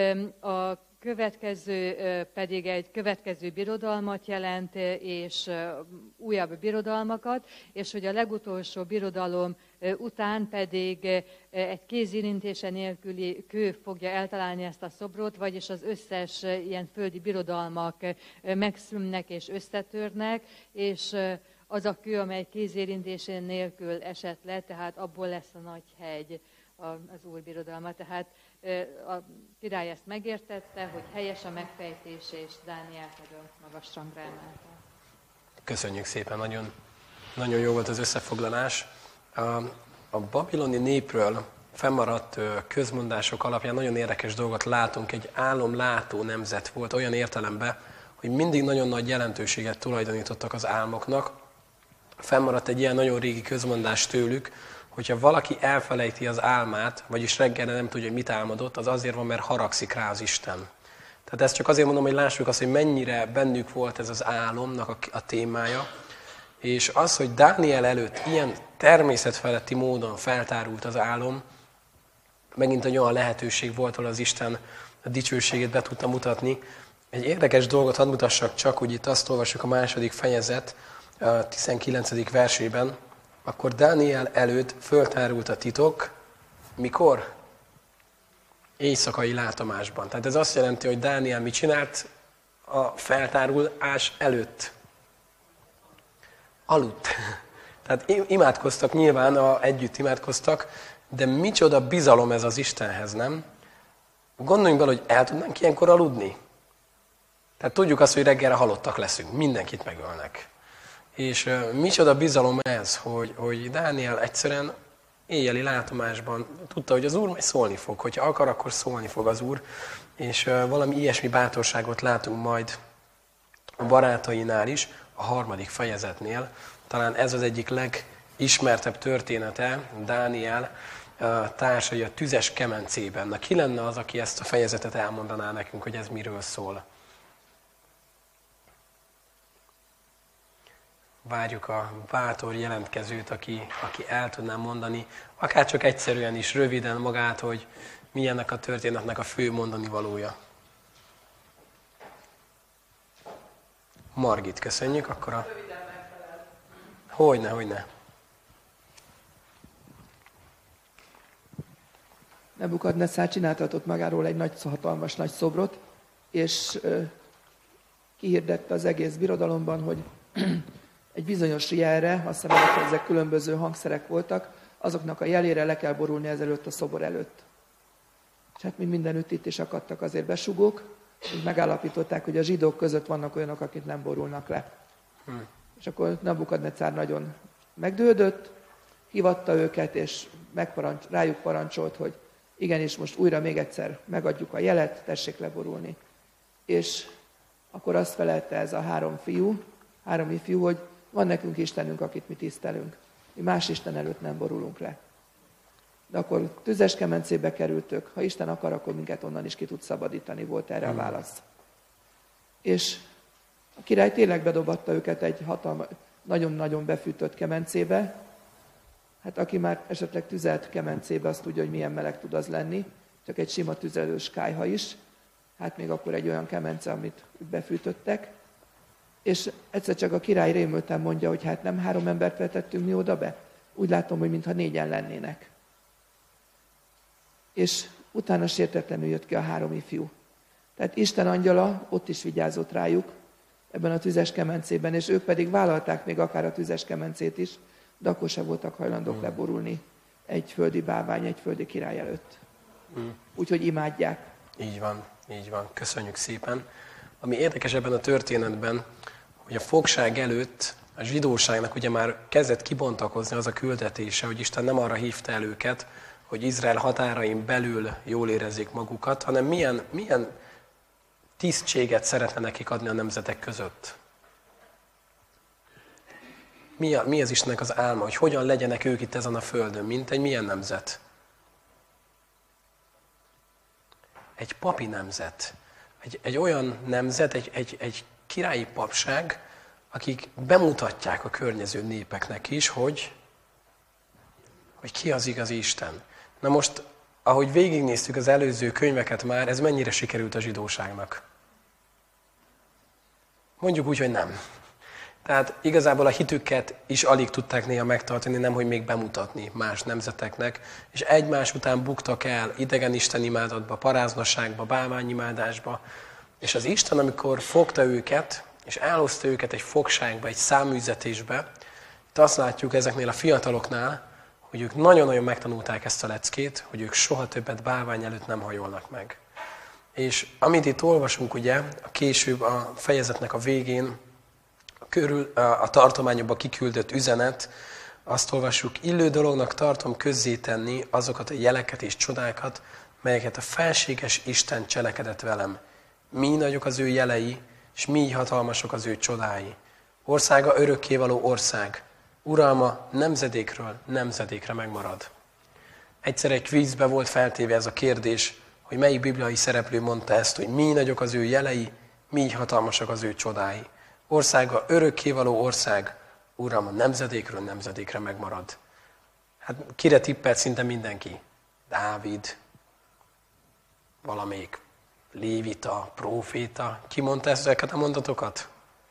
A következő pedig egy következő birodalmat jelent, és újabb birodalmakat, és hogy a legutolsó birodalom után pedig egy kézérintése nélküli kő fogja eltalálni ezt a szobrot, vagyis az összes ilyen földi birodalmak megszűnnek és összetörnek, és az a kő, amely kézérintésén nélkül esett le, tehát abból lesz a nagy hegy, az Úr birodalma. Tehát a király ezt megértette, hogy helyes a megfejtés, és Dánielt nagyon magas rangra emelte. Köszönjük szépen, nagyon, nagyon jó volt az összefoglalás. A, a babiloni népről fennmaradt közmondások alapján nagyon érdekes dolgot látunk. Egy álomlátó nemzet volt olyan értelemben, hogy mindig nagyon nagy jelentőséget tulajdonítottak az álmoknak. Fennmaradt egy ilyen nagyon régi közmondás tőlük, hogyha valaki elfelejti az álmát, vagyis reggelre nem tudja, hogy mit álmodott, az azért van, mert haragszik rá az Isten. Tehát ezt csak azért mondom, hogy lássuk azt, hogy mennyire bennük volt ez az álomnak a, a témája, és az, hogy Dániel előtt ilyen természetfeletti módon feltárult az álom, megint egy olyan lehetőség volt, ahol az Isten a dicsőségét be tudta mutatni. Egy érdekes dolgot hadd mutassak csak, hogy itt azt olvassuk a második fejezet, a tizenkilencedik versében, akkor Dániel előtt föltárult a titok, mikor? Éjszakai látomásban. Tehát ez azt jelenti, hogy Dániel mit csinált a feltárulás előtt? Aludt. Tehát imádkoztak nyilván, a, együtt imádkoztak, de micsoda bizalom ez az Istenhez, nem? Gondoljunk bele, hogy el tudnánk ilyenkor aludni? Tehát tudjuk azt, hogy reggelre halottak leszünk, mindenkit megölnek. És uh, micsoda bizalom ez, hogy, hogy Dániel egyszerűen éjjeli látomásban tudta, hogy az Úr majd szólni fog. Hogyha akar, akkor szólni fog az Úr. És uh, valami ilyesmi bátorságot látunk majd a barátainál is, a harmadik fejezetnél. Talán ez az egyik legismertebb története Dániel uh, társai a tüzes kemencében. Na, ki lenne az, aki ezt a fejezetet elmondaná nekünk, hogy ez miről szól? Várjuk a bátor jelentkezőt, aki, aki el tudná mondani, akár csak egyszerűen is, röviden magát, hogy mi ennek a történetnek a fő mondani valója. Margit, köszönjük. Akkor a... Hogyne, hogyne. Nebukadnesszár csináltatott magáról egy nagy, hatalmas nagy szobrot, és ö, kihirdette az egész birodalomban, hogy egy bizonyos jelre, azt hiszem, ezek különböző hangszerek voltak, azoknak a jelére le kell borulni ezelőtt a szobor előtt. És hát mind mindenütt itt is akadtak azért besugók, és megállapították, hogy a zsidók között vannak olyanok, akik nem borulnak le. Hmm. És akkor Nebukadnezzár nagyon megdődött, hívatta őket, és megparancs, rájuk parancsolt, hogy igenis most újra még egyszer megadjuk a jelet, tessék leborulni. És akkor azt felelte ez a három fiú, három ifjú, hogy van nekünk Istenünk, akit mi tisztelünk. Mi más Isten előtt nem borulunk le. De akkor tüzes kemencébe kerültök, ha Isten akar, akkor minket onnan is ki tud szabadítani, volt erre a válasz. És a király tényleg bedobatta őket egy hatalma, nagyon-nagyon befűtött kemencébe. Hát aki már esetleg tüzelt kemencébe, azt tudja, hogy milyen meleg tud az lenni, csak egy sima tüzelős kályha is. Hát még akkor egy olyan kemence, amit befűtöttek. És egyszer csak a király rémülten mondja, hogy hát nem három embert vetettünk mi oda be? Úgy látom, hogy mintha négyen lennének. És utána sértetlenül jött ki a három ifjú. Tehát Isten angyala ott is vigyázott rájuk, ebben a tüzes kemencében, és ők pedig vállalták még akár a tüzes kemencét is, de akkor sem voltak hajlandók mm. leborulni egy földi bálvány, egy földi király előtt. Mm. Úgyhogy imádják. Így van, így van. Köszönjük szépen. Ami érdekes ebben a történetben, hogy a fogság előtt a zsidóságnak ugye már kezdett kibontakozni az a küldetése, hogy Isten nem arra hívta el őket, hogy Izrael határain belül jól érezzék magukat, hanem milyen, milyen tisztséget szeretne nekik adni a nemzetek között. Mi, a, mi az Istennek az álma, hogy hogyan legyenek ők itt ezen a földön, mint egy milyen nemzet? Egy papi nemzet. Egy, egy olyan nemzet, egy, egy, egy királyi papság, akik bemutatják a környező népeknek is, hogy, hogy ki az igazi Isten. Na most, ahogy végignéztük az előző könyveket már, ez mennyire sikerült a zsidóságnak? Mondjuk úgy, hogy nem. Tehát igazából a hitüket is alig tudták néha megtartani, nemhogy még bemutatni más nemzeteknek, és egymás után buktak el idegen istenimádatba, paráznaságba, bálványimádásba, és az Isten, amikor fogta őket, és elhozta őket egy fogságba, egy száműzetésbe, itt azt látjuk ezeknél a fiataloknál, hogy ők nagyon-nagyon megtanulták ezt a leckét, hogy ők soha többet bálvány előtt nem hajolnak meg. És amit itt olvasunk, ugye, a később a fejezetnek a végén, körül a tartományokba kiküldött üzenet, azt olvassuk, illő dolognak tartom közzétenni azokat a jeleket és csodákat, melyeket a felséges Isten cselekedett velem. Mi nagyok az ő jelei, és mi hatalmasok az ő csodái. Országa örökkévaló ország, uralma nemzedékről nemzedékre megmarad. Egyszer egy kvízbe volt feltéve ez a kérdés, hogy melyik bibliai szereplő mondta ezt, hogy mi nagyok az ő jelei, mi hatalmasak az ő csodái. Országa örökkévaló ország, uralma nemzedékről nemzedékre megmarad. Hát kire tippelt szinte mindenki? Dávid, valamelyik lévita, próféta. Ki mondta ezeket a mondatokat?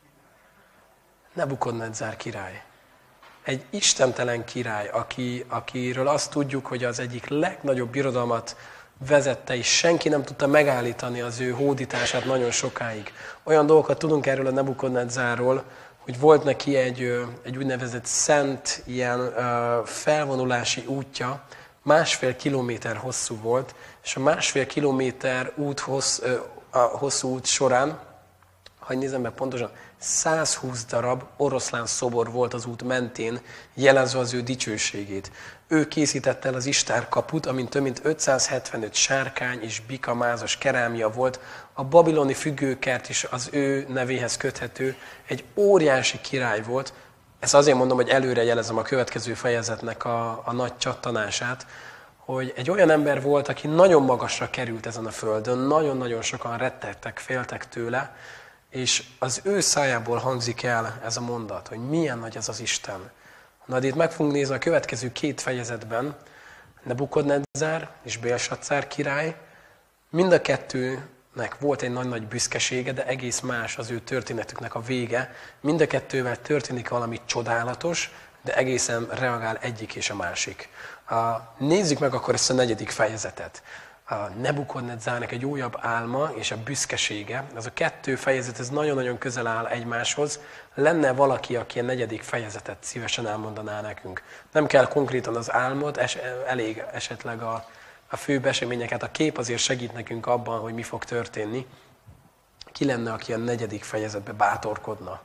Nebukadnezzár király. Egy istentelen király, aki, akiről azt tudjuk, hogy az egyik legnagyobb birodalmat vezette, és senki nem tudta megállítani az ő hódítását nagyon sokáig. Olyan dolgokat tudunk erről a Nebukadnezzárról, hogy volt neki egy, egy úgynevezett szent ilyen felvonulási útja, másfél kilométer hosszú volt, és a másfél kilométer út hossz, a hosszú út során, ha nézem meg pontosan, százhúsz darab oroszlán szobor volt az út mentén, jelezve az ő dicsőségét. Ő készítette el az istárkaput, amin több mint ötszázhetvenöt sárkány és bika mázas kerámia volt. A babiloni függőkert is az ő nevéhez köthető, egy óriási király volt. Ezt azért mondom, hogy előre jelezem a következő fejezetnek a, a nagy csattanását, hogy egy olyan ember volt, aki nagyon magasra került ezen a földön, nagyon-nagyon sokan rettegtek, féltek tőle, és az ő szájából hangzik el ez a mondat, hogy milyen nagy ez az Isten. Na, de itt meg fogunk nézni a következő két fejezetben, Nebukadnezzár és Bélsaccár király, mind a kettő nek volt egy nagy-nagy büszkesége, de egész más az ő történetüknek a vége. Mind a kettővel történik valami csodálatos, de egészen reagál egyik és a másik. Nézzük meg akkor ezt a negyedik fejezetet. A Nebukodnedzárnak egy újabb álma és a büszkesége. Ez a kettő fejezet ez nagyon-nagyon közel áll egymáshoz. Lenne valaki, aki a negyedik fejezetet szívesen elmondaná nekünk. Nem kell konkrétan az álmot, es- elég esetleg a, a főbb eseményeket. A kép azért segít nekünk abban, hogy mi fog történni. Ki lenne, aki a negyedik fejezetbe bátorkodna?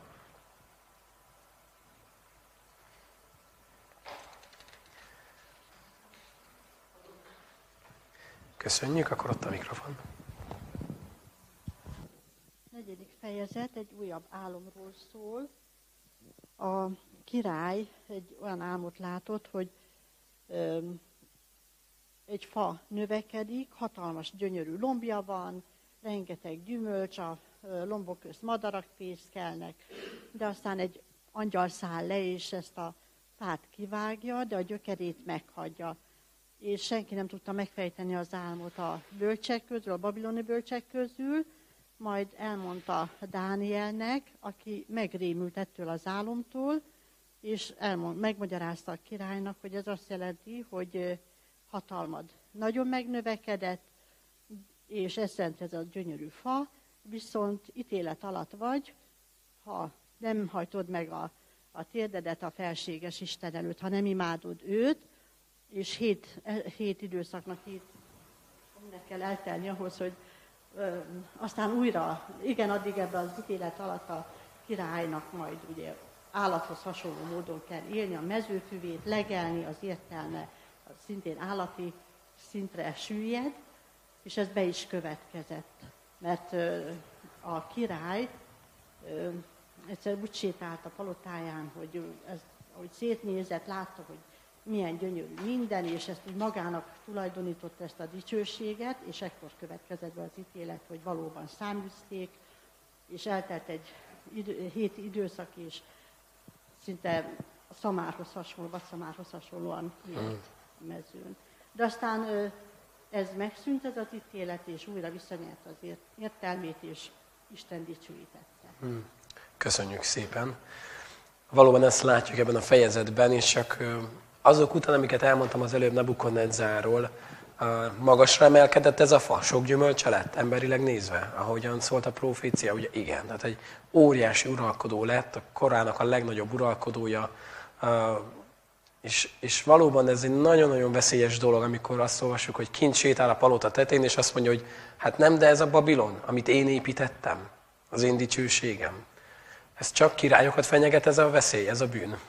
Köszönjük, akkor ott a mikrofon. Negyedik fejezet egy újabb álomról szól. A király egy olyan álmot látott, hogy öm, egy fa növekedik, hatalmas gyönyörű lombja van, rengeteg gyümölcs, a lombok közt madarak fészkelnek, de aztán egy angyal száll le, és ezt a fát kivágja, de a gyökerét meghagyja. És senki nem tudta megfejteni az álmot a bölcsek közül, a babiloni bölcsek közül, majd elmondta Dánielnek, aki megrémült ettől az álomtól, és elmond, megmagyarázta a királynak, hogy ez azt jelenti, hogy hatalmad nagyon megnövekedett, és ez szerint ez a gyönyörű fa, viszont ítélet alatt vagy, ha nem hajtod meg a, a térdedet a felséges Isten előtt, ha nem imádod őt, és hét, hét időszaknak hét mindent kell eltelni ahhoz, hogy ö, aztán újra, igen, addig ebben az ítélet alatt a királynak majd ugye állathoz hasonló módon kell élni, a mezőfüvét legelni, az értelme az szintén állati szintre süllyed, és ez be is következett, mert ö, a király ö, egyszer úgy sétált a palotáján, hogy ez, ahogy szétnézett, látta, hogy milyen gyönyörű minden, és ezt úgy magának tulajdonította ezt a dicsőséget, és ekkor következett be az ítélet, hogy valóban száműzték, és eltelt egy idő, hét időszak, és szinte a szamárhoz hasonló, vagy szamárhoz hasonlóan élt a mezőn. De aztán ez megszűnt ez az ítélet, és újra visszanyert az értelmét, és Isten dicsőítette. Köszönjük szépen. Valóban ezt látjuk ebben a fejezetben, és csak azok után, amiket elmondtam az előbb Nebukodnedzárról, magasra emelkedett ez a fa, sok gyümölcse lett, emberileg nézve, ahogyan szólt a profécia, ugye igen, tehát egy óriási uralkodó lett, a korának a legnagyobb uralkodója, és, és valóban ez egy nagyon-nagyon veszélyes dolog, amikor azt olvassuk, hogy kint sétál a palota tetején, és azt mondja, hogy hát nem, de ez a Babilon, amit én építettem, az én dicsőségem. Ez csak királyokat fenyeget, ez a veszély, ez a bűn.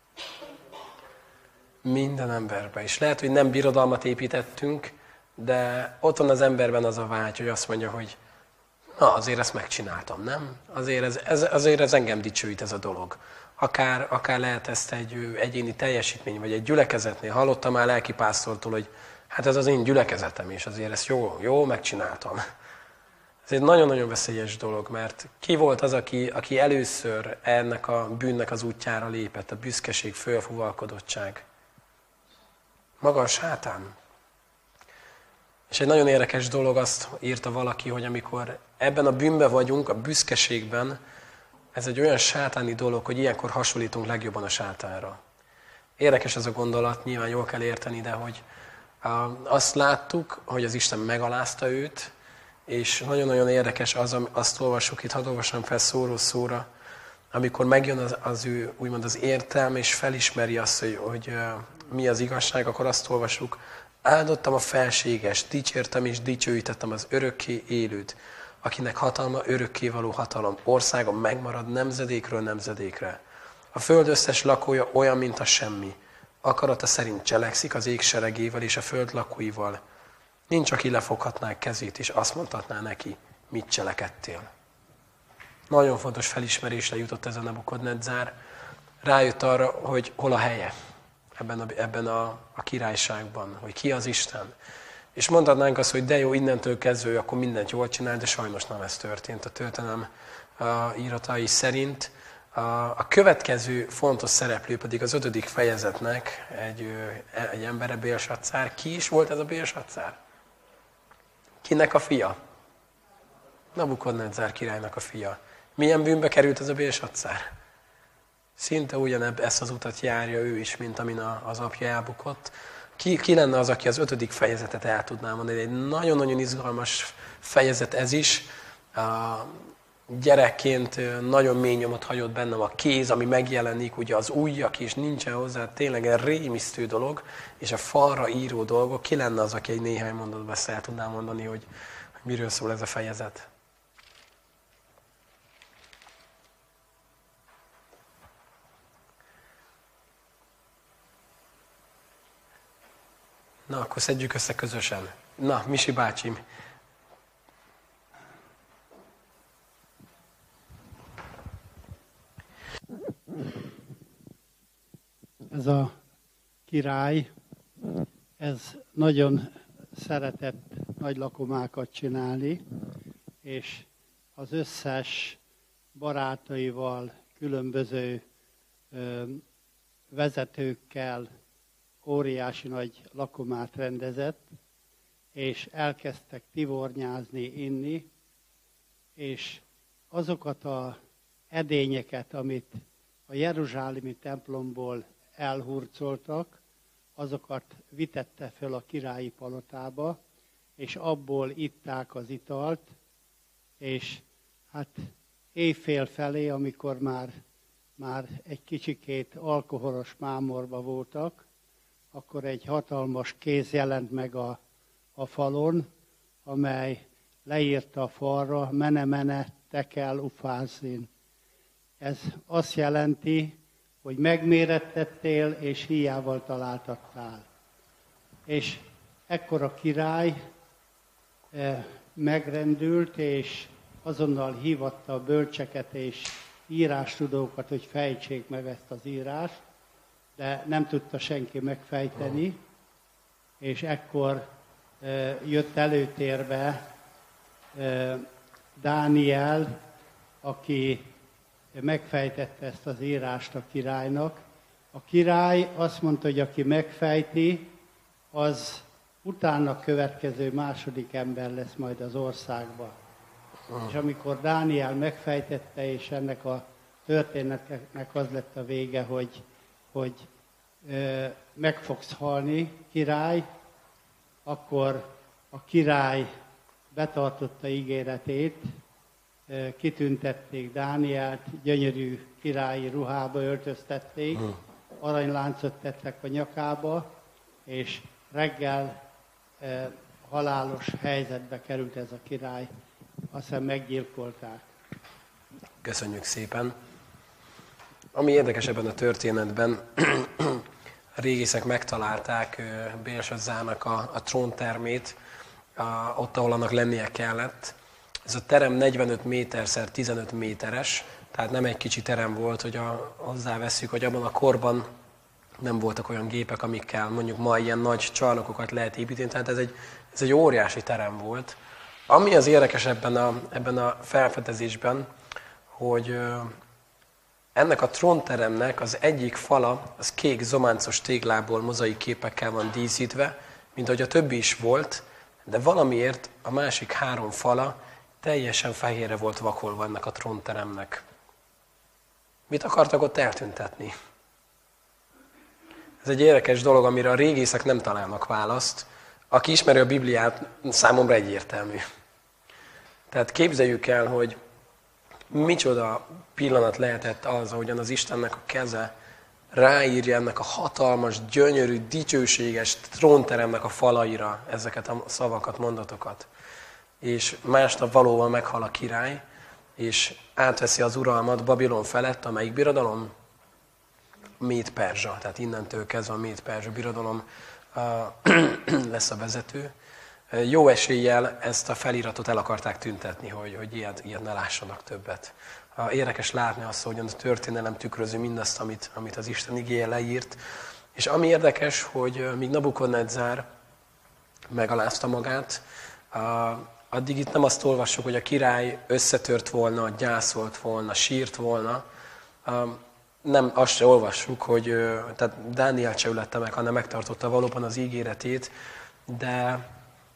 Minden emberben. És lehet, hogy nem birodalmat építettünk, de ott van az emberben az a vágy, hogy azt mondja, hogy na, azért ezt megcsináltam, nem? Azért ez, ez, azért ez engem dicsőít ez a dolog. Akár, akár lehet ezt egy egyéni teljesítmény, vagy egy gyülekezetnél. Hallottam már lelkipásztortól, hogy hát ez az én gyülekezetem, és azért ezt jó, jó megcsináltam. Ez egy nagyon-nagyon veszélyes dolog, mert ki volt az, aki, aki először ennek a bűnnek az útjára lépett, a büszkeség, fölfúvalkodottság? Maga a sátán. És egy nagyon érdekes dolog, azt írta valaki, hogy amikor ebben a bűnben vagyunk, a büszkeségben, ez egy olyan sátáni dolog, hogy ilyenkor hasonlítunk legjobban a sátánra. Érdekes ez a gondolat, nyilván jól kell érteni, de hogy azt láttuk, hogy az Isten megalázta őt, és nagyon-nagyon érdekes az, azt olvassuk itt, hadd olvassam fel szóról szóra, amikor megjön az, az ő, úgymond az értelme, és felismeri azt, hogy, hogy mi az igazság, akkor azt olvassuk, áldottam a felséges, dicsértem és dicsőítettem az örökké élőt, akinek hatalma örökkévaló hatalom, országa megmarad nemzedékről nemzedékre. A föld összes lakója olyan, mint a semmi. Akarata szerint cselekszik az ég seregével és a föld lakóival. Nincs, aki lefoghatná kezét, és azt mondhatná neki, mit cselekedtél. Nagyon fontos felismerésre jutott ez a Nebukodnedzár. Rájött arra, hogy hol a helye ebben a, ebben a, a királyságban, hogy ki az Isten. És mondhatnánk azt, hogy de jó, innentől kezdve, akkor mindent jól csinál, de sajnos nem ez történt a történelem íratai szerint. A következő fontos szereplő pedig az ötödik fejezetnek egy, egy embere, Bélsaccár. Ki is volt ez a Bélsaccár? Kinek a fia? Nabukadnezár királynak a fia. Milyen bűnbe került ez a Bélsaccár? Szinte ugyanebb ezt az utat járja ő is, mint amin az apja elbukott. Ki, ki lenne az, aki az ötödik fejezetet el tudná mondani? Egy nagyon-nagyon izgalmas fejezet ez is. Gyerekként nagyon mély nyomot hagyott bennem a kéz, ami megjelenik, ugye az ujjak is, nincsen hozzá, tényleg egy rémisztő dolog, és a falra író dolgok. Ki lenne az, aki egy néhány mondatban ezt el tudná mondani, hogy, hogy miről szól ez a fejezet? Na, akkor szedjük össze közösen. Na, Misi bácsim. Ez a király, ez nagyon szeretett nagy lakomákat csinálni, és az összes barátaival, különböző ö, vezetőkkel óriási nagy lakomát rendezett, és elkezdtek tivornyázni, inni, és azokat az edényeket, amit a jeruzsálemi templomból elhurcoltak, azokat vitette föl a királyi palotába, és abból itták az italt, és hát éjfél felé, amikor már, már egy kicsikét alkoholos mámorba voltak, akkor egy hatalmas kéz jelent meg a, a falon, amely leírta a falra, mene-mene tekel ufászin. Ez azt jelenti, hogy megmérettettél, és híjával találtattál. És ekkor a király eh, megrendült, és azonnal hívatta a bölcseket és írástudókat, hogy fejtsék meg ezt az írást, de nem tudta senki megfejteni, és ekkor e, jött előtérbe e, Dániel, aki megfejtette ezt az írást a királynak. A király azt mondta, hogy aki megfejti, az utána következő második ember lesz majd az országban. Ah. És amikor Dániel megfejtette, és ennek a történetnek az lett a vége, hogy hogy ö, meg fogsz halni, király, akkor a király betartotta ígéretét, ö, kitüntették Dánielt, gyönyörű királyi ruhába öltöztették, hmm. aranyláncot tettek a nyakába, és reggel ö, halálos helyzetbe került ez a király, aztán meggyilkolták. Köszönjük szépen! Ami érdekes ebben a történetben, a régészek megtalálták Bélsazzárnak a, a tróntermét, a, ott, ahol annak lennie kellett. Ez a terem negyvenöt méterszer tizenöt méteres, tehát nem egy kicsi terem volt, hogy a, hozzáveszünk, hogy abban a korban nem voltak olyan gépek, amikkel mondjuk ma ilyen nagy csarnokokat lehet építeni, tehát ez egy, ez egy óriási terem volt. Ami az érdekes ebben a, ebben a felfedezésben, hogy ennek a trónteremnek az egyik fala, az kék zománcos téglából mozaik képekkel van díszítve, mint ahogy a többi is volt, de valamiért a másik három fala teljesen fehérre volt vakolva ennek a trónteremnek. Mit akartak ott eltüntetni? Ez egy érdekes dolog, amire a régészek nem találnak választ. Aki ismeri a Bibliát, számomra egyértelmű. Tehát képzeljük el, hogy micsoda pillanat lehetett az, ahogyan az Istennek a keze ráírja ennek a hatalmas, gyönyörű, dicsőséges trónteremnek a falaira ezeket a szavakat, mondatokat. És másnap valóban meghal a király, és átveszi az uralmat Babilon felett, amelyik birodalom? Méd-Perzsa. Tehát innentől kezdve a Méd-Perzsa birodalom lesz a vezető. Jó eséllyel ezt a feliratot el akarták tüntetni, hogy, hogy ilyet, ilyet ne lássanak többet. Érdekes látni azt, hogy a történelem tükrözi mindazt, amit, amit az Isten igéje leírt. És ami érdekes, hogy míg Nabukadnezár megalázta magát, addig itt nem azt olvassuk, hogy a király összetört volna, gyászolt volna, sírt volna. Nem azt se olvassuk, hogy tehát Dániel se ülette meg, hanem megtartotta valóban az ígéretét, de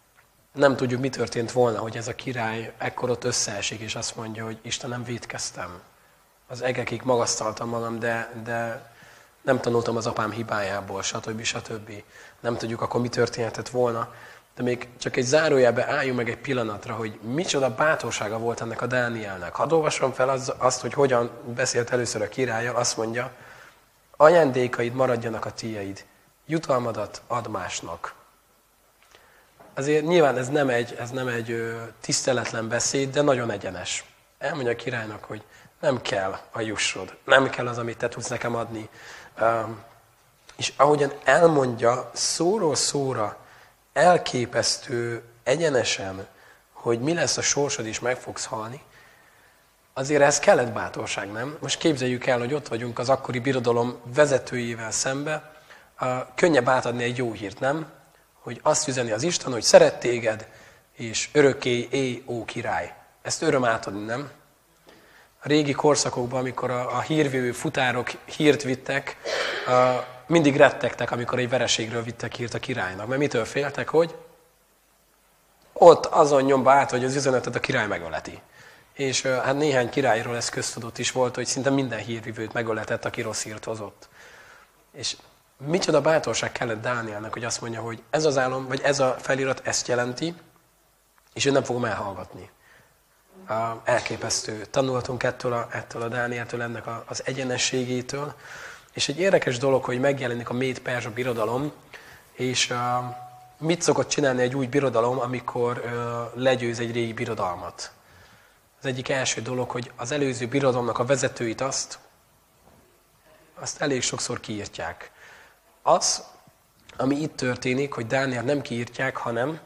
Nem tudjuk, mi történt volna, hogy ez a király ekkor ott összeesik, és azt mondja, hogy Istenem, vétkeztem. Az egekig magasztaltam magam, de, de nem tanultam az apám hibájából, stb. stb. Nem tudjuk akkor, mi történhetett volna. De még csak egy zárójelbe álljunk meg egy pillanatra, hogy micsoda bátorsága volt ennek a Dánielnek. Hadd olvasom fel az, azt, hogy hogyan beszélt először a királlyal, azt mondja, ajándékaid maradjanak a tiéd, jutalmadat add másnak. Azért nyilván ez nem egy, ez nem egy ö, tiszteletlen beszéd, de nagyon egyenes. Elmondja a királynak, hogy nem kell a jussod, nem kell az, amit te tudsz nekem adni. Um, és ahogyan elmondja, szóról szóra, elképesztő, egyenesen, hogy mi lesz a sorsod, és meg fogsz halni, azért ez kellett bátorság, nem? Most képzeljük el, hogy ott vagyunk az akkori birodalom vezetőjével szembe, uh, könnyebb átadni egy jó hírt, nem? Hogy azt üzeni az Isten, hogy szeret téged, és örökké élj, ó király. Ezt öröm átadni, nem? A régi korszakokban, amikor a, a hírvívő futárok hírt vittek, uh, mindig rettegtek, amikor egy vereségről vittek hírt a királynak. Mert mitől féltek, hogy ott azon nyomba át, hogy az üzenetet a király megöleti. És uh, hát néhány királyról ez köztudott is volt, hogy szinte minden hírvívőt megöletett, aki rossz hírt hozott. És micsoda bátorság kellett Dánielnek, hogy azt mondja, hogy ez az álom, vagy ez a felirat ezt jelenti, és én nem fogom elhallgatni. Uh, elképesztő. Tanultunk ettől a, ettől a Dánieltől, ennek a, az egyenességétől. És egy érdekes dolog, hogy megjelenik a Méd-Perzsa birodalom, és uh, mit szokott csinálni egy új birodalom, amikor uh, legyőz egy régi birodalmat. Az egyik első dolog, hogy az előző birodalomnak a vezetőit azt, azt elég sokszor kiírtják. Az, ami itt történik, hogy Dániel nem kiírtják, hanem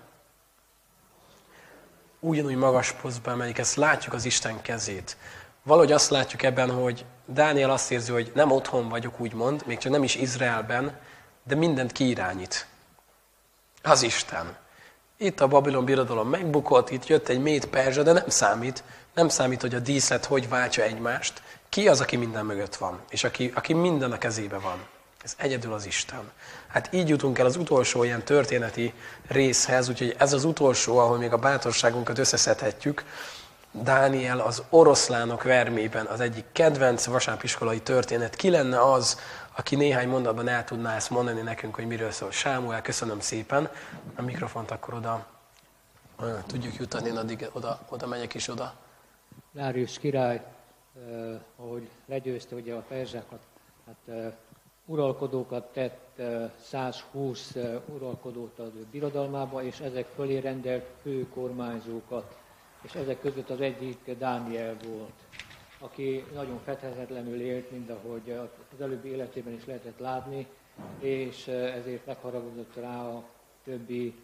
ugyanúgy magas posztba emelik, ezt látjuk az Isten kezét. Valahogy azt látjuk ebben, hogy Dániel azt érzi, hogy nem otthon vagyok, úgymond, még csak nem is Izraelben, de mindent kiirányít. Az Isten. Itt a Babilon birodalom megbukott, itt jött egy Méd-Perzsa, de nem számít. Nem számít, hogy a díszlet hogy váltja egymást. Ki az, aki minden mögött van, és aki, aki minden a kezébe van. Ez egyedül az Isten. Hát így jutunk el az utolsó ilyen történeti részhez, úgyhogy ez az utolsó, ahol még a bátorságunkat összeszedhetjük. Dániel az oroszlánok vermében, az egyik kedvenc vasárnapiskolai történet. Ki lenne az, aki néhány mondatban el tudná ezt mondani nekünk, hogy miről szól? Sámuel, köszönöm szépen. A mikrofont akkor oda tudjuk jutani, én addig oda, oda megyek is oda. Dárius király, eh, ahogy legyőzte ugye a perzsákat, hát eh, uralkodókat tett, eh, százhúsz eh, uralkodót az ő birodalmába, és ezek fölé rendelt fő kormányzókat. És ezek között az egyik Dániel volt, aki nagyon fethetetlenül élt, mint ahogy az előbbi életében is lehetett látni, és ezért megharagudott rá a többi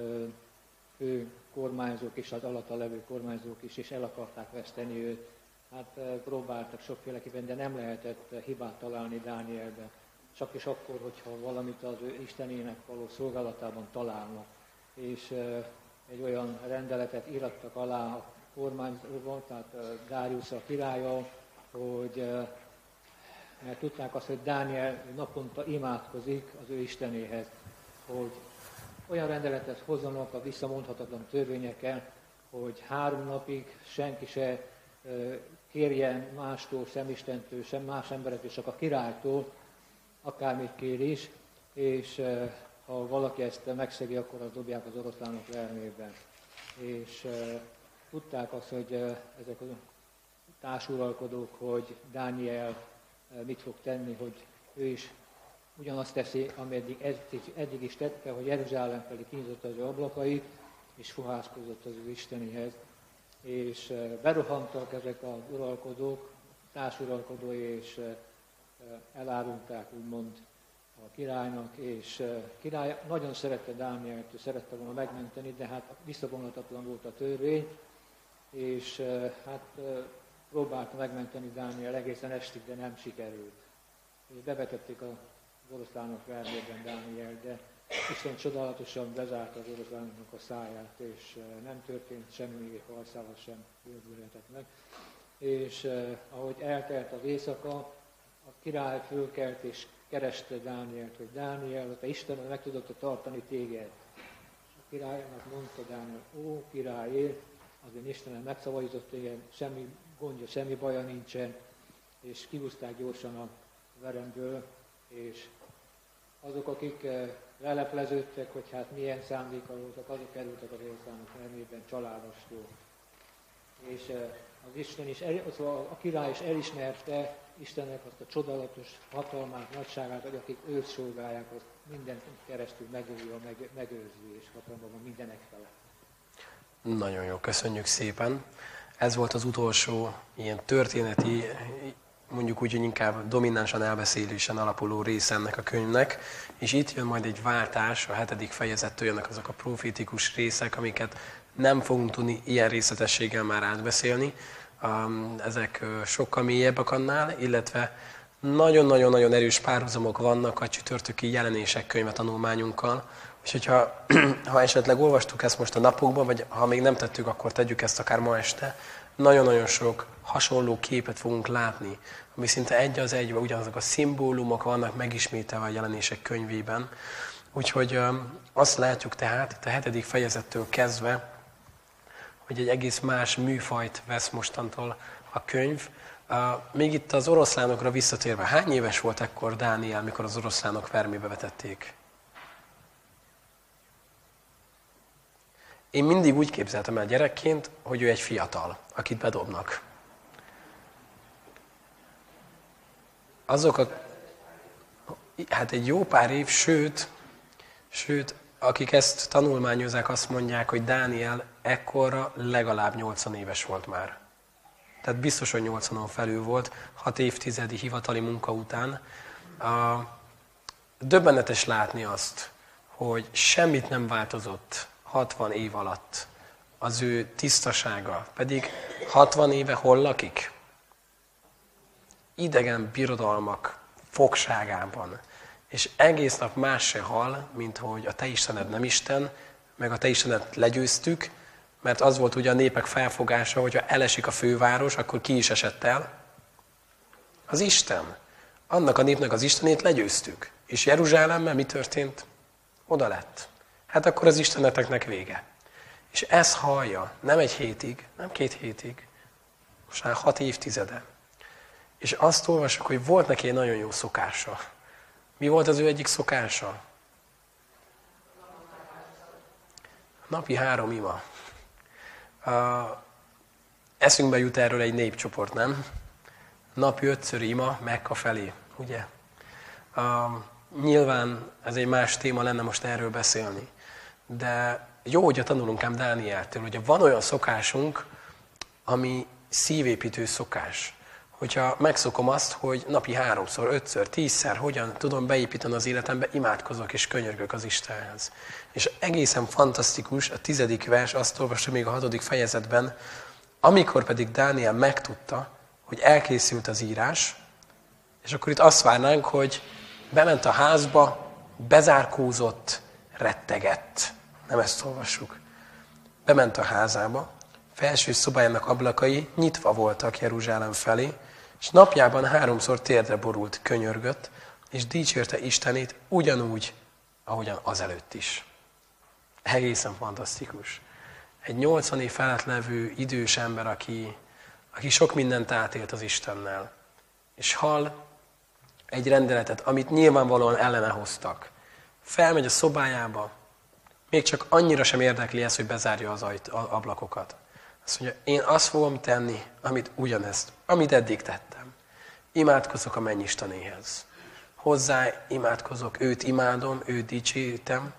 fő kormányzók és az alatta levő kormányzók is, és el akarták veszteni őt. Hát próbáltak sokféleképpen, de nem lehetett hibát találni Dánielben. Csak is akkor, hogyha valamit az ő Istenének való szolgálatában találnak. És egy olyan rendeletet írattak alá a kormányzóval, tehát Dáriusz a királlyal, hogy mert tudták azt, hogy Dániel naponta imádkozik az ő Istenéhez, hogy olyan rendeletet hozzanak a visszamondhatatlan törvényekkel, hogy három napig senki se kérjen mástól, sem Istentől, sem más emberektől, csak a királytól, akármit kér is, és ha valaki ezt megszegi, akkor azt dobják az oroszlánok vermében. És uh, tudták azt, hogy uh, ezek a társuralkodók, hogy Dániel uh, mit fog tenni, hogy ő is ugyanazt teszi, ami eddig, eddig, eddig is tette, hogy Jeruzsálem felé kinyitotta az ő ablakait, és fohászkozott az ő Istenéhez. És uh, berohantak ezek az uralkodók, társuralkodói, és uh, elárulták, úgymond, a királynak, és uh, király nagyon szerette Dánielt, ő szerette volna megmenteni, de hát visszavonhatatlan volt a törvény, és uh, hát uh, próbálta megmenteni Dániel egészen estig, de nem sikerült. És bevetették az oroszlánok vermében Dániel, de Isten csodálatosan bezárta az oroszlánoknak a száját, és uh, nem történt semmi, még egy halszával sem gördülhetett meg. És uh, ahogy eltelt az éjszaka, a király fölkelt, és kereste Dánielt, hogy Dániel, te Isten meg tudott tartani téged. királynak mondta Dániel, ó királyé, az én Istenem megszavazott, ilyen semmi gondja, semmi baja nincsen, és kihúzták gyorsan a veremből, és azok, akik lelepleződtek, hogy hát milyen szándékkal voltak, azok kerültek az országnak nemében családostól. És az Isten is, szóval a király is elismerte Istennek azt a csodálatos hatalmát, nagyságát, hogy akik őt szolgálják, azt mindent keresztül megóvja, meg, megőrzi, és hatalma van mindenek felett. Nagyon jó, köszönjük szépen. Ez volt az utolsó ilyen történeti, mondjuk úgy, hogy inkább dominánsan elbeszélésen alapuló része ennek a könyvnek, és itt jön majd egy váltás, a hetedik fejezettől jönnek azok a profétikus részek, amiket nem fogunk tudni ilyen részletességgel már átbeszélni. Ezek sokkal mélyebbek annál, illetve nagyon-nagyon-nagyon erős párhuzamok vannak a csütörtöki jelenések könyve tanulmányunkkal. Úgyhogy ha, ha esetleg olvastuk ezt most a napokban, vagy ha még nem tettük, akkor tegyük ezt akár ma este, nagyon-nagyon sok hasonló képet fogunk látni, ami szinte egy az egybe, ugyanazok a szimbólumok vannak megismételve a jelenések könyvében. Úgyhogy azt látjuk tehát itt a hetedik fejezettől kezdve, hogy egy egész más műfajt vesz mostantól a könyv. Még itt az oroszlánokra visszatérve, hány éves volt ekkor Dániel, mikor az oroszlánok vermébe vetették? Én mindig úgy képzeltem el gyerekként, hogy ő egy fiatal, akit bedobnak. Azok a... Hát egy jó pár év, sőt, sőt, akik ezt tanulmányozzák, azt mondják, hogy Dániel ekkorra legalább nyolcvan éves volt már. Tehát biztos, hogy nyolcvanon felül volt, hat évtizedi hivatali munka után. A... Döbbenetes látni azt, hogy semmit nem változott hatvan év alatt az ő tisztasága, pedig hatvan éve hol lakik? Idegen birodalmak fogságában. És egész nap más se hall, mint hogy a te Istened nem Isten, meg a te Istenet legyőztük, mert az volt ugye a népek felfogása, hogyha elesik a főváros, akkor ki is esett el? Az Isten. Annak a népnek az Istenét legyőztük. És Jeruzsálemmel mi történt? Oda lett. Hát akkor az isteneteknek vége. És ez hallja, nem egy hétig, nem két hétig, most már hat évtizede. És azt olvasok, hogy volt neki egy nagyon jó szokása. Mi volt az ő egyik szokása? Napi három ima. Uh, eszünkbe jut erről egy népcsoport, nem? Napi ötször ima, Mekka felé, ugye? Uh, nyilván ez egy más téma lenne most erről beszélni. De jó, hogyha tanulunk ám Dánieltől, ugye van olyan szokásunk, ami szívépítő szokás. Hogyha megszokom azt, hogy napi háromszor, ötször, tízszer, hogyan tudom beépíteni az életembe, imádkozok és könyörgök az Istenhez. És egészen fantasztikus, a tizedik vers, azt olvastam még a hatodik fejezetben, amikor pedig Dániel megtudta, hogy elkészült az írás, és akkor itt azt várnánk, hogy bement a házba, bezárkózott, rettegett. Nem ezt olvassuk. Bement a házába, felső szobájának ablakai nyitva voltak Jeruzsálem felé, és napjában háromszor térdre borult, könyörgött, és dicsérte Istenét ugyanúgy, ahogyan azelőtt is. Egészen fantasztikus. Egy nyolcvan év felett levő idős ember, aki, aki sok mindent átélt az Istennel, és hall egy rendeletet, amit nyilvánvalóan ellene hoztak. Felmegy a szobájába, még csak annyira sem érdekli ezt, hogy bezárja az ajt, ablakokat. Azt mondja, én azt fogom tenni, amit ugyanezt, amit eddig tettem. Imádkozok a mennyistenéhez. Hozzá imádkozok, őt imádom, őt dicsítem,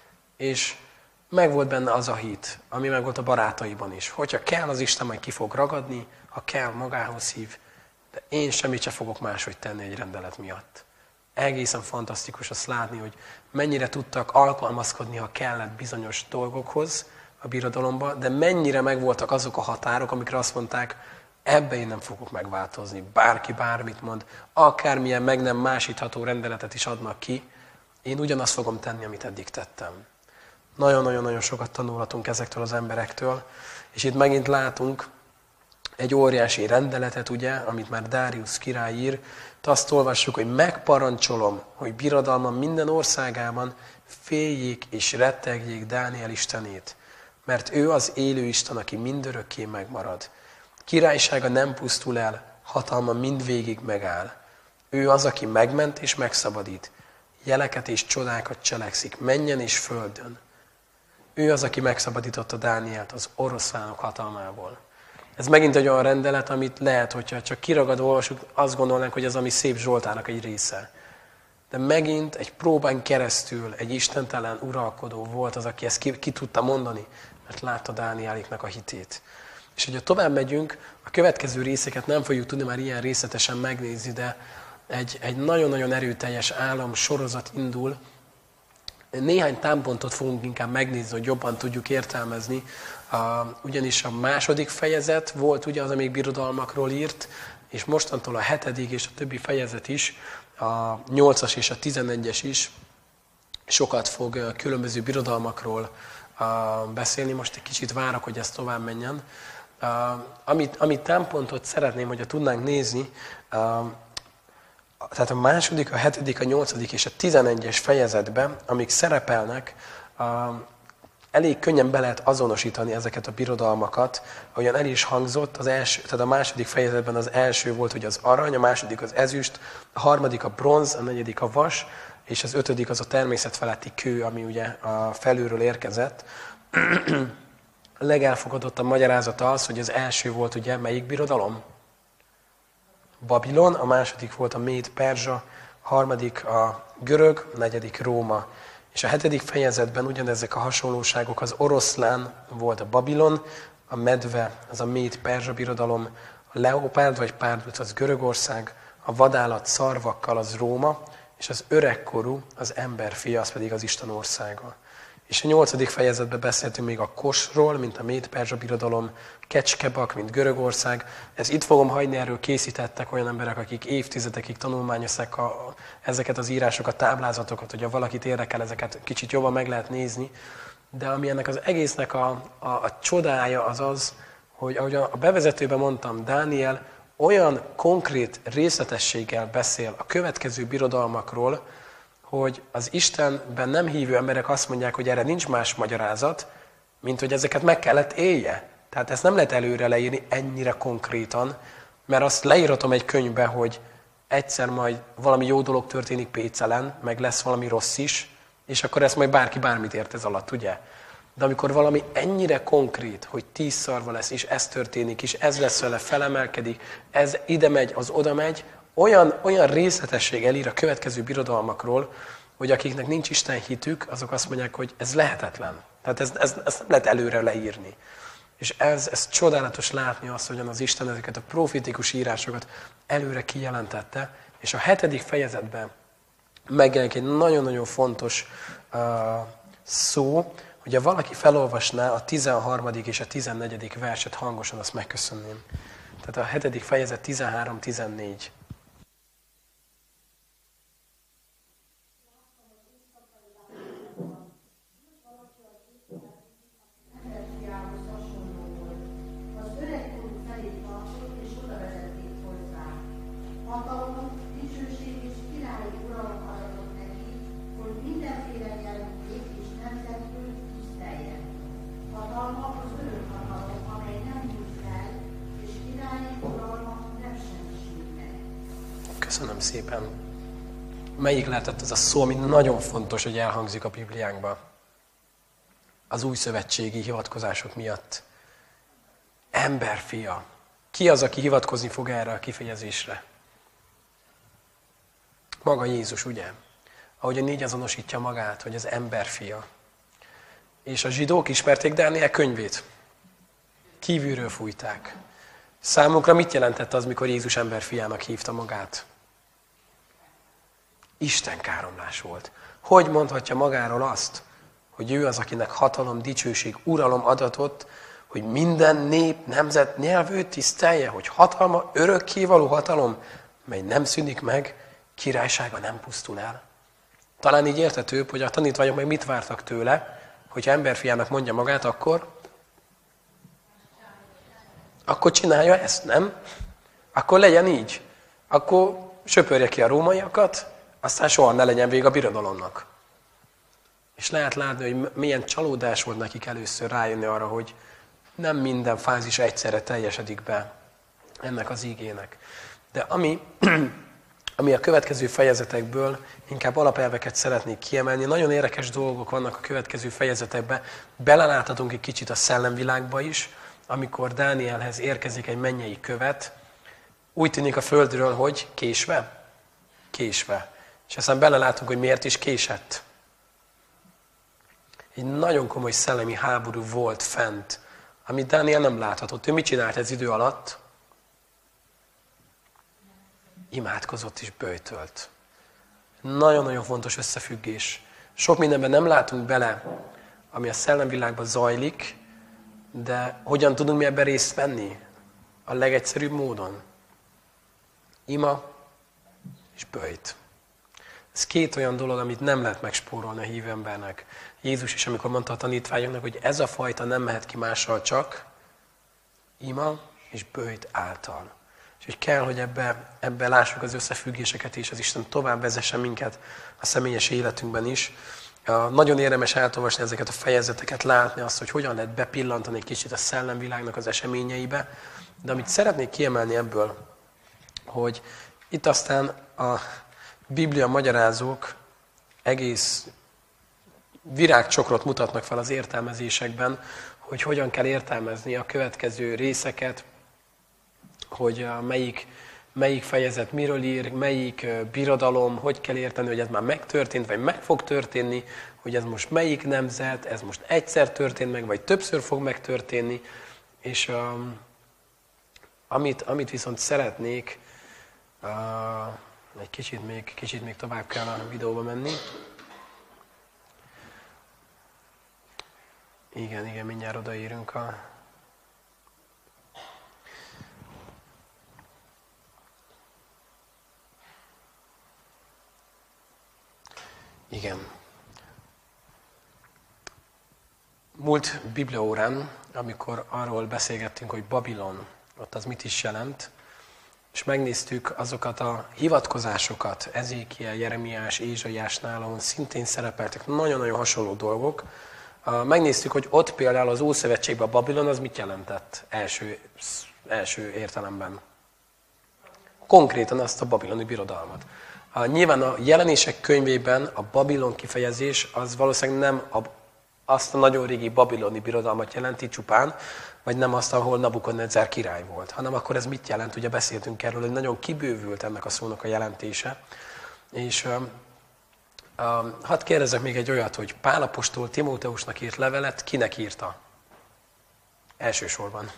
és megvolt benne az a hit, ami megvolt a barátaiban is. Hogyha kell, az Isten majd ki fog ragadni, ha kell, magához hív, de én semmit sem fogok máshogy tenni egy rendelet miatt. Egészen fantasztikus azt látni, hogy mennyire tudtak alkalmazkodni, ha kellett bizonyos dolgokhoz a birodalomba, de mennyire megvoltak azok a határok, amikre azt mondták, ebbe én nem fogok megváltozni. Bárki bármit mond, akármilyen meg nem másítható rendeletet is adnak ki, én ugyanazt fogom tenni, amit eddig tettem. Nagyon-nagyon-nagyon sokat tanulhatunk ezektől az emberektől, és itt megint látunk egy óriási rendeletet, ugye, amit már Dáriusz király ír, azt olvassuk, hogy megparancsolom, hogy birodalmam minden országában féljék és rettegjék Dániel istenét, mert ő az élő Isten, aki mindörökké megmarad. Királysága nem pusztul el, hatalma mindvégig megáll. Ő az, aki megment és megszabadít. Jeleket és csodákat cselekszik, mennyen és földön. Ő az, aki megszabadította Dánielt az oroszlánok hatalmából. Ez megint egy olyan rendelet, amit lehet, hogyha csak kiragadva olvasjuk, azt gondolnánk, hogy ez a mi szép Zsoltának egy része. De megint egy próbán keresztül egy istentelen uralkodó volt az, aki ezt ki, ki tudta mondani, mert látta Dánieliknak a hitét. És hogyha tovább megyünk, a következő részeket nem fogjuk tudni már ilyen részletesen megnézni, de egy, egy nagyon-nagyon erőteljes álom sorozat indul. Néhány támpontot fogunk inkább megnézni, hogy jobban tudjuk értelmezni. Uh, ugyanis a második fejezet volt ugye az, amíg birodalmakról írt, és mostantól a hetedik és a többi fejezet is, a nyolcas és a tizenegyes is sokat fog uh, különböző birodalmakról uh, beszélni. Most egy kicsit várok, hogy ez tovább menjen. Uh, amit, amit támpontot szeretném, hogyha tudnánk nézni, uh, tehát a második, a hetedik, a nyolcadik és a tizenegyes fejezetben, amik szerepelnek, uh, elég könnyen be lehet azonosítani ezeket a birodalmakat, ahogyan el is hangzott, az első, tehát a második fejezetben az első volt, hogy az arany, a második az ezüst, a harmadik a bronz, a negyedik a vas, és az ötödik az a természet feletti kő, ami ugye a felülről érkezett. A legelfogadottabb magyarázata az, hogy az első volt ugye melyik birodalom? Babilon, a második volt a Méd-Perzsa, a harmadik a görög, a negyedik Róma. És a hetedik fejezetben ugyanezek a hasonlóságok, az oroszlán volt a Babilon, a medve az a Méd-Perzsa birodalom, a leopárd vagy párdus az Görögország, a vadállat szarvakkal az Róma, és az öregkorú, az emberfia, az pedig az Isten országa. És a nyolcadik fejezetben beszéltünk még a Kosról, mint a Méd-Perzsa birodalom, Kecskebak, mint Görögország. Ez itt fogom hagyni, erről készítettek olyan emberek, akik évtizedekig tanulmányozzák a, ezeket az írásokat, táblázatokat, hogyha valakit érdekel, ezeket kicsit jobban meg lehet nézni. De ami ennek az egésznek a, a, a csodája az az, hogy ahogy a bevezetőben mondtam, Dániel olyan konkrét részletességgel beszél a következő birodalmakról, hogy az Istenben nem hívő emberek azt mondják, hogy erre nincs más magyarázat, mint hogy ezeket meg kellett élje. Tehát ezt nem lehet előre leírni ennyire konkrétan, mert azt leírhatom egy könyvbe, hogy egyszer majd valami jó dolog történik Pécelen, meg lesz valami rossz is, és akkor ezt majd bárki bármit ért ez alatt, ugye? De amikor valami ennyire konkrét, hogy tíz szarva lesz, és ez történik, és ez lesz vele, felemelkedik, ez ide megy, az oda megy, olyan, olyan részletesség elír a következő birodalmakról, hogy akiknek nincs Isten hitük, azok azt mondják, hogy ez lehetetlen. Tehát ez, ez, ez nem lehet előre leírni. És ez, ez csodálatos látni azt, hogyan az Isten ezeket a profétikus írásokat előre kijelentette, és a hetedik fejezetben megjelenik egy nagyon-nagyon fontos uh, szó, hogyha valaki felolvasná a tizenharmadik és a tizennegyedik verset hangosan, azt megköszönném. Tehát a hetedik fejezet tizenhárom tizennégy. Köszönöm szépen. Melyik lehetett az a szó, ami nagyon fontos, hogy elhangzik a Bibliánkban? Az új szövetségi hivatkozások miatt. Emberfia. Ki az, aki hivatkozni fog erre a kifejezésre? Maga Jézus, ugye? Ahogyan így azonosítja magát, hogy az emberfia. És a zsidók ismerték Dániel könyvét. Kívülről fújták. Számukra mit jelentett az, mikor Jézus emberfiának hívta magát? Isten káromlás volt. Hogy mondhatja magáról azt, hogy ő az, akinek hatalom, dicsőség, uralom adatott, hogy minden nép, nemzet, nyelv őt tisztelje, hogy hatalma, örökkévaló hatalom, mely nem szűnik meg, királysága nem pusztul el. Talán így érthetőbb, hogy a tanítványok meg mit vártak tőle, hogyha emberfiának mondja magát, akkor akkor csinálja ezt, nem? Akkor legyen így. Akkor söpörje ki a rómaiakat, aztán soha ne legyen vége a birodalomnak. És lehet látni, hogy milyen csalódás volt nekik először rájönni arra, hogy nem minden fázis egyszerre teljesedik be ennek az ígének. De ami, ami a következő fejezetekből inkább alapelveket szeretnék kiemelni, nagyon érdekes dolgok vannak a következő fejezetekben. Beleláthatunk egy kicsit a szellemvilágba is, amikor Dánielhez érkezik egy mennyei követ, úgy tűnik a földről, hogy késve? Késve. És aztán belelátunk, hogy miért is késett. Egy nagyon komoly szellemi háború volt fent, amit Dániel nem láthatott. Ő mit csinált ez idő alatt? Imádkozott és böjtölt. Nagyon-nagyon fontos összefüggés. Sok mindenben nem látunk bele, ami a szellemvilágban zajlik, de hogyan tudunk mi ebben részt venni? A legegyszerűbb módon. Ima és böjt. Ez két olyan dolog, amit nem lehet megspórolni a hívő embernek. Jézus is, amikor mondta a tanítványoknak, hogy ez a fajta nem mehet ki mással, csak ima és böjt által. És hogy kell, hogy ebbe, ebbe lássuk az összefüggéseket, és az Isten tovább vezessen minket a személyes életünkben is. Nagyon érdemes átolvasni ezeket a fejezeteket, látni azt, hogy hogyan lehet bepillantani egy kicsit a szellemvilágnak az eseményeibe. De amit szeretnék kiemelni ebből, hogy itt aztán a Biblia magyarázók egész virágcsokrot mutatnak fel az értelmezésekben, hogy hogyan kell értelmezni a következő részeket, hogy melyik, melyik fejezet miről ír, melyik birodalom, hogy kell érteni, hogy ez már megtörtént, vagy meg fog történni, hogy ez most melyik nemzet, ez most egyszer történt meg, vagy többször fog megtörténni. És um, amit, amit viszont szeretnék, uh, egy kicsit még, kicsit még tovább kell a videóba menni. Igen, igen, mindjárt odaírunk a... Igen. Múlt bibliaórán, amikor arról beszélgettünk, hogy Babilon, ott az mit is jelent, és megnéztük azokat a hivatkozásokat, Ezékiel, Jeremiás, Ézsaiásnál, ahol szintén szerepeltek nagyon-nagyon hasonló dolgok. Megnéztük, hogy ott például az Ószövetségben a Babilon az mit jelentett első, első értelemben. Konkrétan azt a babiloni birodalmat. Nyilván a Jelenések könyvében a Babilon kifejezés az valószínűleg nem a, azt a nagyon régi babiloni birodalmat jelenti csupán, vagy nem azt, ahol Nabukodnecár király volt, hanem akkor ez mit jelent? Ugye beszéltünk erről, hogy nagyon kibővült ennek a szónak a jelentése. És uh, uh, hadd kérdezzek még egy olyat, hogy Pál apostol Timóteusnak írt levelet kinek írta? Elsősorban.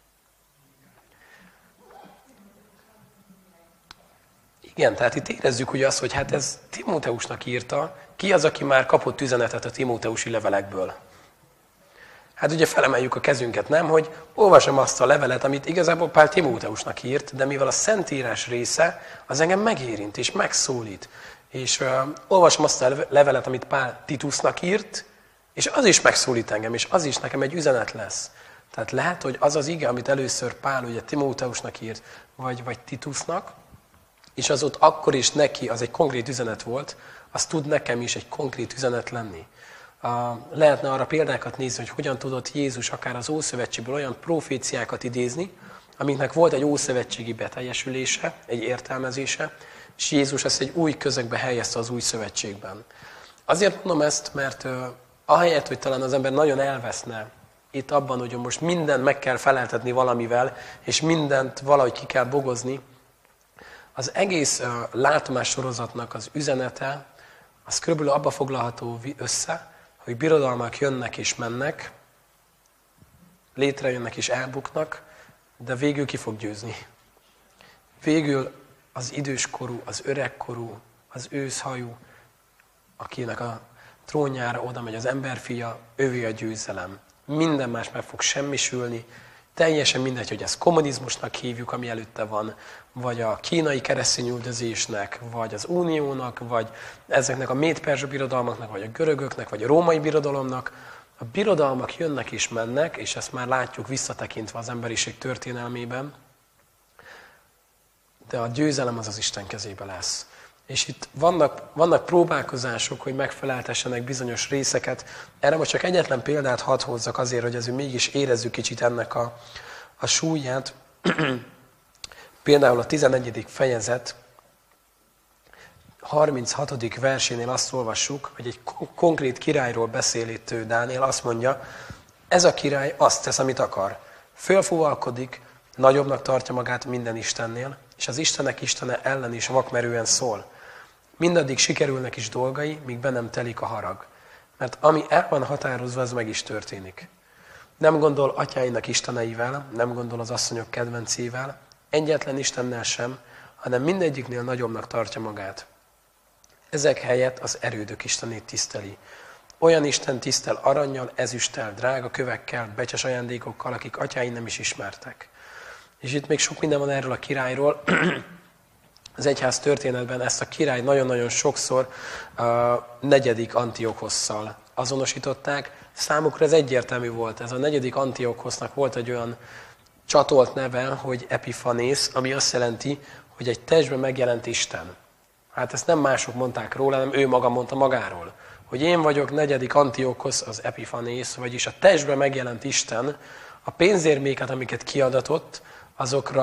Igen, tehát itt érezzük ugye azt, hogy hát ez Timóteusnak írta. Ki az, aki már kapott üzenetet a timóteusi levelekből? Hát ugye felemeljük a kezünket, nem? Hogy olvasom azt a levelet, amit igazából Pál Timóteusnak írt, de mivel a Szentírás része, az engem megérint és megszólít. És uh, olvasom azt a levelet, amit Pál Titusnak írt, és az is megszólít engem, és az is nekem egy üzenet lesz. Tehát lehet, hogy az az ige, amit először Pál ugye Timóteusnak írt, vagy, vagy Titusnak, és az ott akkor is neki az egy konkrét üzenet volt, az tud nekem is egy konkrét üzenet lenni. Uh, lehetne arra példákat nézni, hogy hogyan tudott Jézus akár az Ószövetségből olyan proféciákat idézni, amiknek volt egy ószövetségi beteljesülése, egy értelmezése, és Jézus ezt egy új közegbe helyezte az új szövetségben. Azért mondom ezt, mert uh, ahelyett, hogy talán az ember nagyon elveszne itt abban, hogy most mindent meg kell feleltetni valamivel, és mindent valahogy ki kell bogozni, az egész uh, látomás sorozatnak az üzenete, az körülbelül abba foglalható össze, hogy birodalmak jönnek és mennek, létrejönnek és elbuknak, de végül ki fog győzni. Végül az időskorú, az öregkorú, az őszhajú, akinek a trónjára oda megy az emberfia, ővé a győzelem. Minden más meg fog semmisülni, teljesen mindegy, hogy ezt kommunizmusnak hívjuk, ami előtte van, vagy a kínai keresztényüldözésnek, vagy az uniónak, vagy ezeknek a méd-perzsa birodalmaknak, vagy a görögöknek, vagy a római birodalomnak. A birodalmak jönnek és mennek, és ezt már látjuk visszatekintve az emberiség történelmében, de a győzelem az az Isten kezébe lesz. És itt vannak, vannak próbálkozások, hogy megfeleltessenek bizonyos részeket. Erre most csak egyetlen példát hadd hozzak azért, hogy azért mégis érezzük kicsit ennek a, a súlyát. Például a tizennegyedik fejezet harminchatodik versénél azt olvassuk, hogy egy konkrét királyról beszél itt Dániel, azt mondja, ez a király azt tesz, amit akar. Fölfúvalkodik, nagyobbnak tartja magát minden istennél, és az Istenek Istene ellen is vakmerően szól. Mindaddig sikerülnek is dolgai, míg be nem telik a harag. Mert ami el van határozva, az meg is történik. Nem gondol atyáinak isteneivel, nem gondol az asszonyok kedvencével, egyetlen Istennel sem, hanem mindegyiknél nagyobbnak tartja magát. Ezek helyett az erődök istenét tiszteli. Olyan Isten tisztel arannyal, ezüsttel, drága kövekkel, becses ajándékokkal, akik atyái nem is ismertek. És itt még sok minden van erről a királyról. Az egyház történetben ezt a király nagyon-nagyon sokszor a negyedik Antiochosszal azonosították. Számukra ez egyértelmű volt. Ez a negyedik Antiochosznak volt egy olyan csatolt neve, hogy Epifanész, ami azt jelenti, hogy egy testben megjelent Isten. Hát ezt nem mások mondták róla, hanem ő maga mondta magáról. Hogy én vagyok negyedik Antiochosz, az Epifanész, vagyis a testben megjelent Isten, a pénzérméket, amiket kiadatott, azokra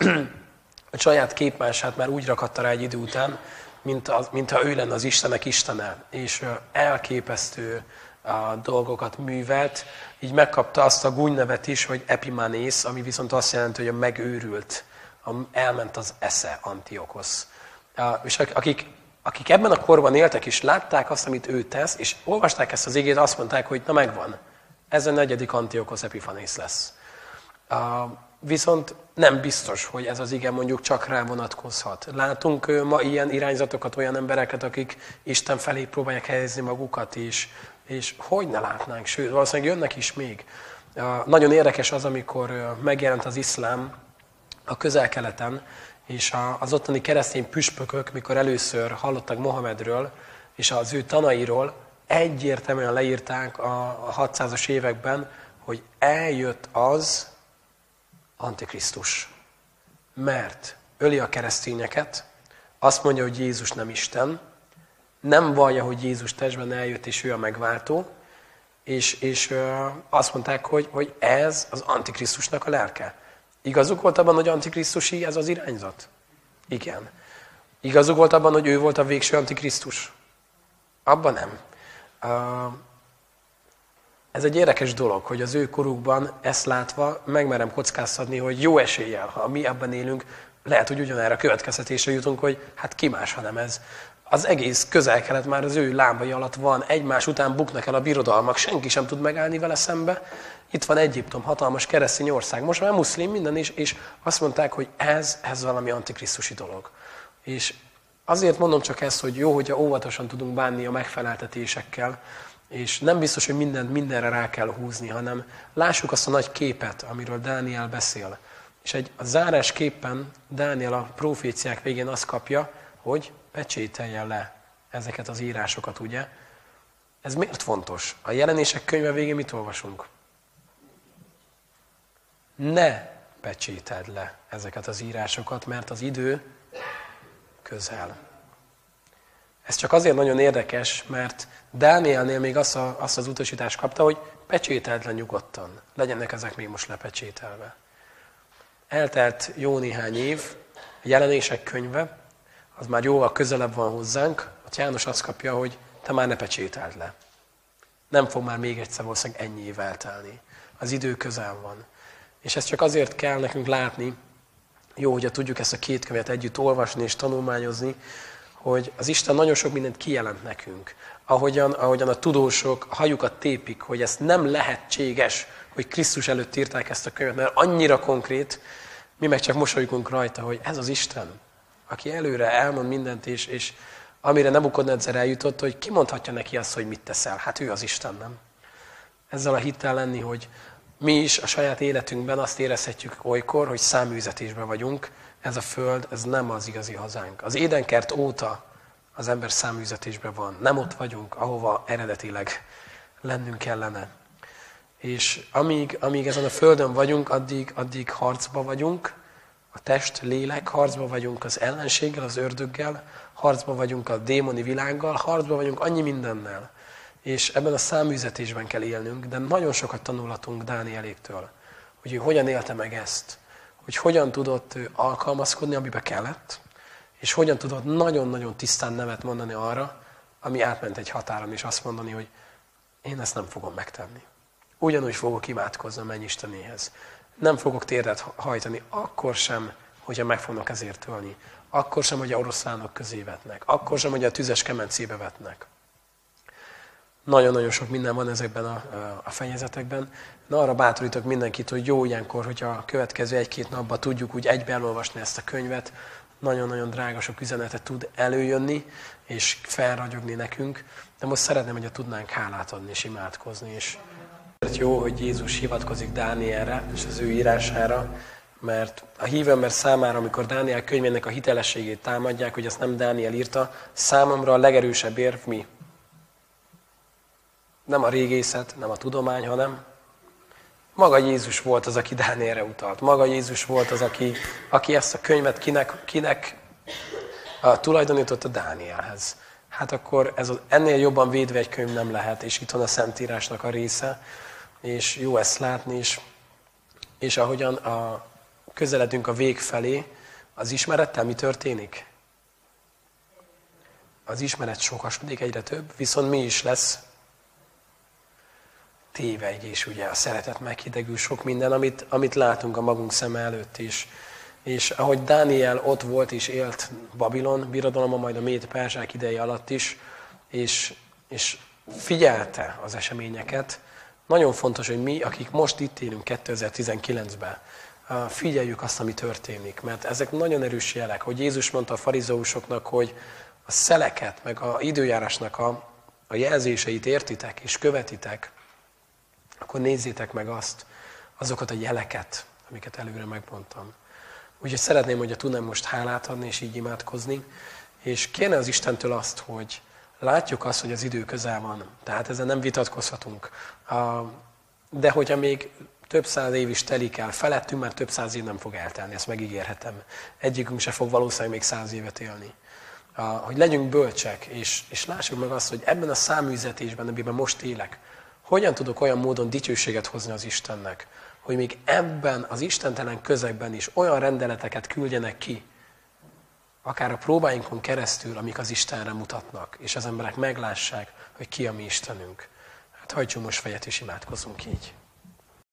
a saját képmását már úgy rakatta rá egy idő után, mint, az, mintha ő lenne az Istenek Istene, és elképesztő a dolgokat művelt, így megkapta azt a gúnynevet is, hogy Epimanész, ami viszont azt jelenti, hogy a megőrült, elment az esze Antiochosz. És akik, akik ebben a korban éltek és látták azt, amit ő tesz, és olvasták ezt az igét, azt mondták, hogy na megvan, ez a negyedik Antiochosz Epifanész lesz. Viszont nem biztos, hogy ez az ige mondjuk csak rá vonatkozhat. Látunk ma ilyen irányzatokat, olyan embereket, akik Isten felé próbálják helyezni magukat is, és hogy ne látnánk, sőt, valószínűleg jönnek is még. Nagyon érdekes az, amikor megjelent az iszlám a Közel-Keleten, és az ottani keresztény püspökök, mikor először hallottak Mohamedről, és az ő tanairól, egyértelműen leírták a hatszázas években, hogy eljött az Antikrisztus. Mert öli a keresztényeket, azt mondja, hogy Jézus nem Isten, nem vallja, hogy Jézus testben eljött, és ő a megváltó, és, és azt mondták, hogy, hogy ez az Antikrisztusnak a lelke. Igazuk volt abban, hogy antikrisztusi ez az irányzat? Igen. Igazuk volt abban, hogy ő volt a végső Antikrisztus? Abban nem. Ez egy érdekes dolog, hogy az ő korukban ezt látva megmerem kockáztatni, hogy jó eséllyel, ha mi ebben élünk, lehet, hogy ugyanerre a következtetésre jutunk, hogy hát ki más, hanem ez. Az egész Közel-Kelet már az ő lábai alatt van, egymás után buknak el a birodalmak, senki sem tud megállni vele szembe. Itt van Egyiptom, hatalmas keresztény ország, most már muszlim minden is, és azt mondták, hogy ez, ez valami antikrisztusi dolog. És azért mondom csak ezt, hogy jó, hogyha óvatosan tudunk bánni a megfeleltetésekkel, és nem biztos, hogy mindent mindenre rá kell húzni, hanem lássuk azt a nagy képet, amiről Dániel beszél. És egy a zárásképpen Dániel a proféciák végén azt kapja, hogy pecsételje le ezeket az írásokat, ugye? Ez miért fontos? A Jelenések könyve végén mit olvasunk? Ne pecsételd le ezeket az írásokat, mert az idő közel. Ez csak azért nagyon érdekes, mert Dánielnél még azt, a, azt az utasítást kapta, hogy pecsételd le nyugodtan. Legyenek ezek még most lepecsételve. Eltelt jó néhány év, a Jelenések könyve, az már jóval közelebb van hozzánk, ott János azt kapja, hogy te már ne pecsételd le. Nem fog már még egyszer valószínűleg ennyi év eltelni. Az idő közel van. És ezt csak azért kell nekünk látni, jó, hogyha tudjuk ezt a két könyvet együtt olvasni és tanulmányozni, hogy az Isten nagyon sok mindent kijelent nekünk. Ahogyan, ahogyan a tudósok hajukat tépik, hogy ez nem lehetséges, hogy Krisztus előtt írták ezt a könyvet, mert annyira konkrét, mi meg csak mosolygunk rajta, hogy ez az Isten, aki előre elmond mindent, és, és amire Nebukadnezar eljutott, hogy ki mondhatja neki azt, hogy mit teszel? Hát ő az Isten, nem? Ezzel a hittel lenni, hogy mi is a saját életünkben azt érezhetjük olykor, hogy száműzetésben vagyunk, ez a föld, ez nem az igazi hazánk. Az édenkert óta az ember száműzetésben van. Nem ott vagyunk, ahova eredetileg lennünk kellene. És amíg, amíg ezen a földön vagyunk, addig, addig harcba vagyunk, a test, lélek, harcban vagyunk az ellenséggel, az ördöggel, harcban vagyunk a démoni világgal, harcban vagyunk annyi mindennel. És ebben a száműzetésben kell élnünk, de nagyon sokat tanulhatunk Dánieléktől, hogy ő hogyan élte meg ezt, hogy hogyan tudott ő alkalmazkodni, amibe kellett, és hogyan tudott nagyon-nagyon tisztán nemet mondani arra, ami átment egy határon, és azt mondani, hogy én ezt nem fogom megtenni. Ugyanúgy fogok imádkozni a mennyistenéhez. Nem fogok térdet hajtani, akkor sem, hogyha meg fognak ezért tölni. Akkor sem, hogy a oroszlánok közé vetnek. Akkor sem, hogy a tüzes kemencébe vetnek. Nagyon-nagyon sok minden van ezekben a, a fejezetekben. Na, arra bátorítok mindenkit, hogy jó ilyenkor, hogyha a következő egy-két napban tudjuk úgy egybe elolvasni ezt a könyvet, nagyon-nagyon drága sok üzenetet tud előjönni, és felragyogni nekünk. De most szeretném, hogyha tudnánk hálát adni és imádkozni. És jó, hogy Jézus hivatkozik Dánielre és az ő írására, mert a hívő ember számára, amikor Dániel könyvének a hitelességét támadják, hogy ezt nem Dániel írta, számomra a legerősebb érv mi? Nem a régészet, nem a tudomány, hanem maga Jézus volt az, aki Dánielre utalt. Maga Jézus volt az, aki, aki ezt a könyvet kinek, kinek a, tulajdonította Dánielhez. Hát akkor ez az, ennél jobban védve egy könyv nem lehet, és itt van a Szentírásnak a része, és jó ezt látni is. És ahogyan a, közeledünk a vég felé, az ismerettel mi történik? Az ismeret sokasodik, egyre több, viszont mi is lesz? Tévegés, ugye, a szeretet meghidegül, sok minden, amit, amit látunk a magunk szeme előtt is. És ahogy Dániel ott volt és élt Babilon birodalomban, majd a méd-perzsák ideje alatt is, és, és figyelte az eseményeket, nagyon fontos, hogy mi, akik most itt élünk kétezer-tizenkilencben, figyeljük azt, ami történik, mert ezek nagyon erős jelek, hogy Jézus mondta a farizeusoknak, hogy a szeleket, meg a időjárásnak a, a jelzéseit értitek és követitek, akkor nézzétek meg azt, azokat a jeleket, amiket előre megmondtam. Úgyhogy szeretném, hogyha tudnám most hálát adni, és így imádkozni, és kérne az Istentől azt, hogy látjuk azt, hogy az idő közel van, tehát ezzel nem vitatkozhatunk. De hogyha még több száz év is telik el felettünk, mert több száz év nem fog eltelni, ezt megígérhetem. Egyikünk se fog valószínűleg még száz évet élni. Hogy legyünk bölcsek, és, és lássuk meg azt, hogy ebben a száműzetésben, amiben most élek, hogyan tudok olyan módon dicsőséget hozni az Istennek, hogy még ebben az istentelen közegben is olyan rendeleteket küldjenek ki, akár a próbáinkon keresztül, amik az Istenre mutatnak, és az emberek meglássák, hogy ki a mi Istenünk. Hát hajtsunk most fejet és imádkozzunk így.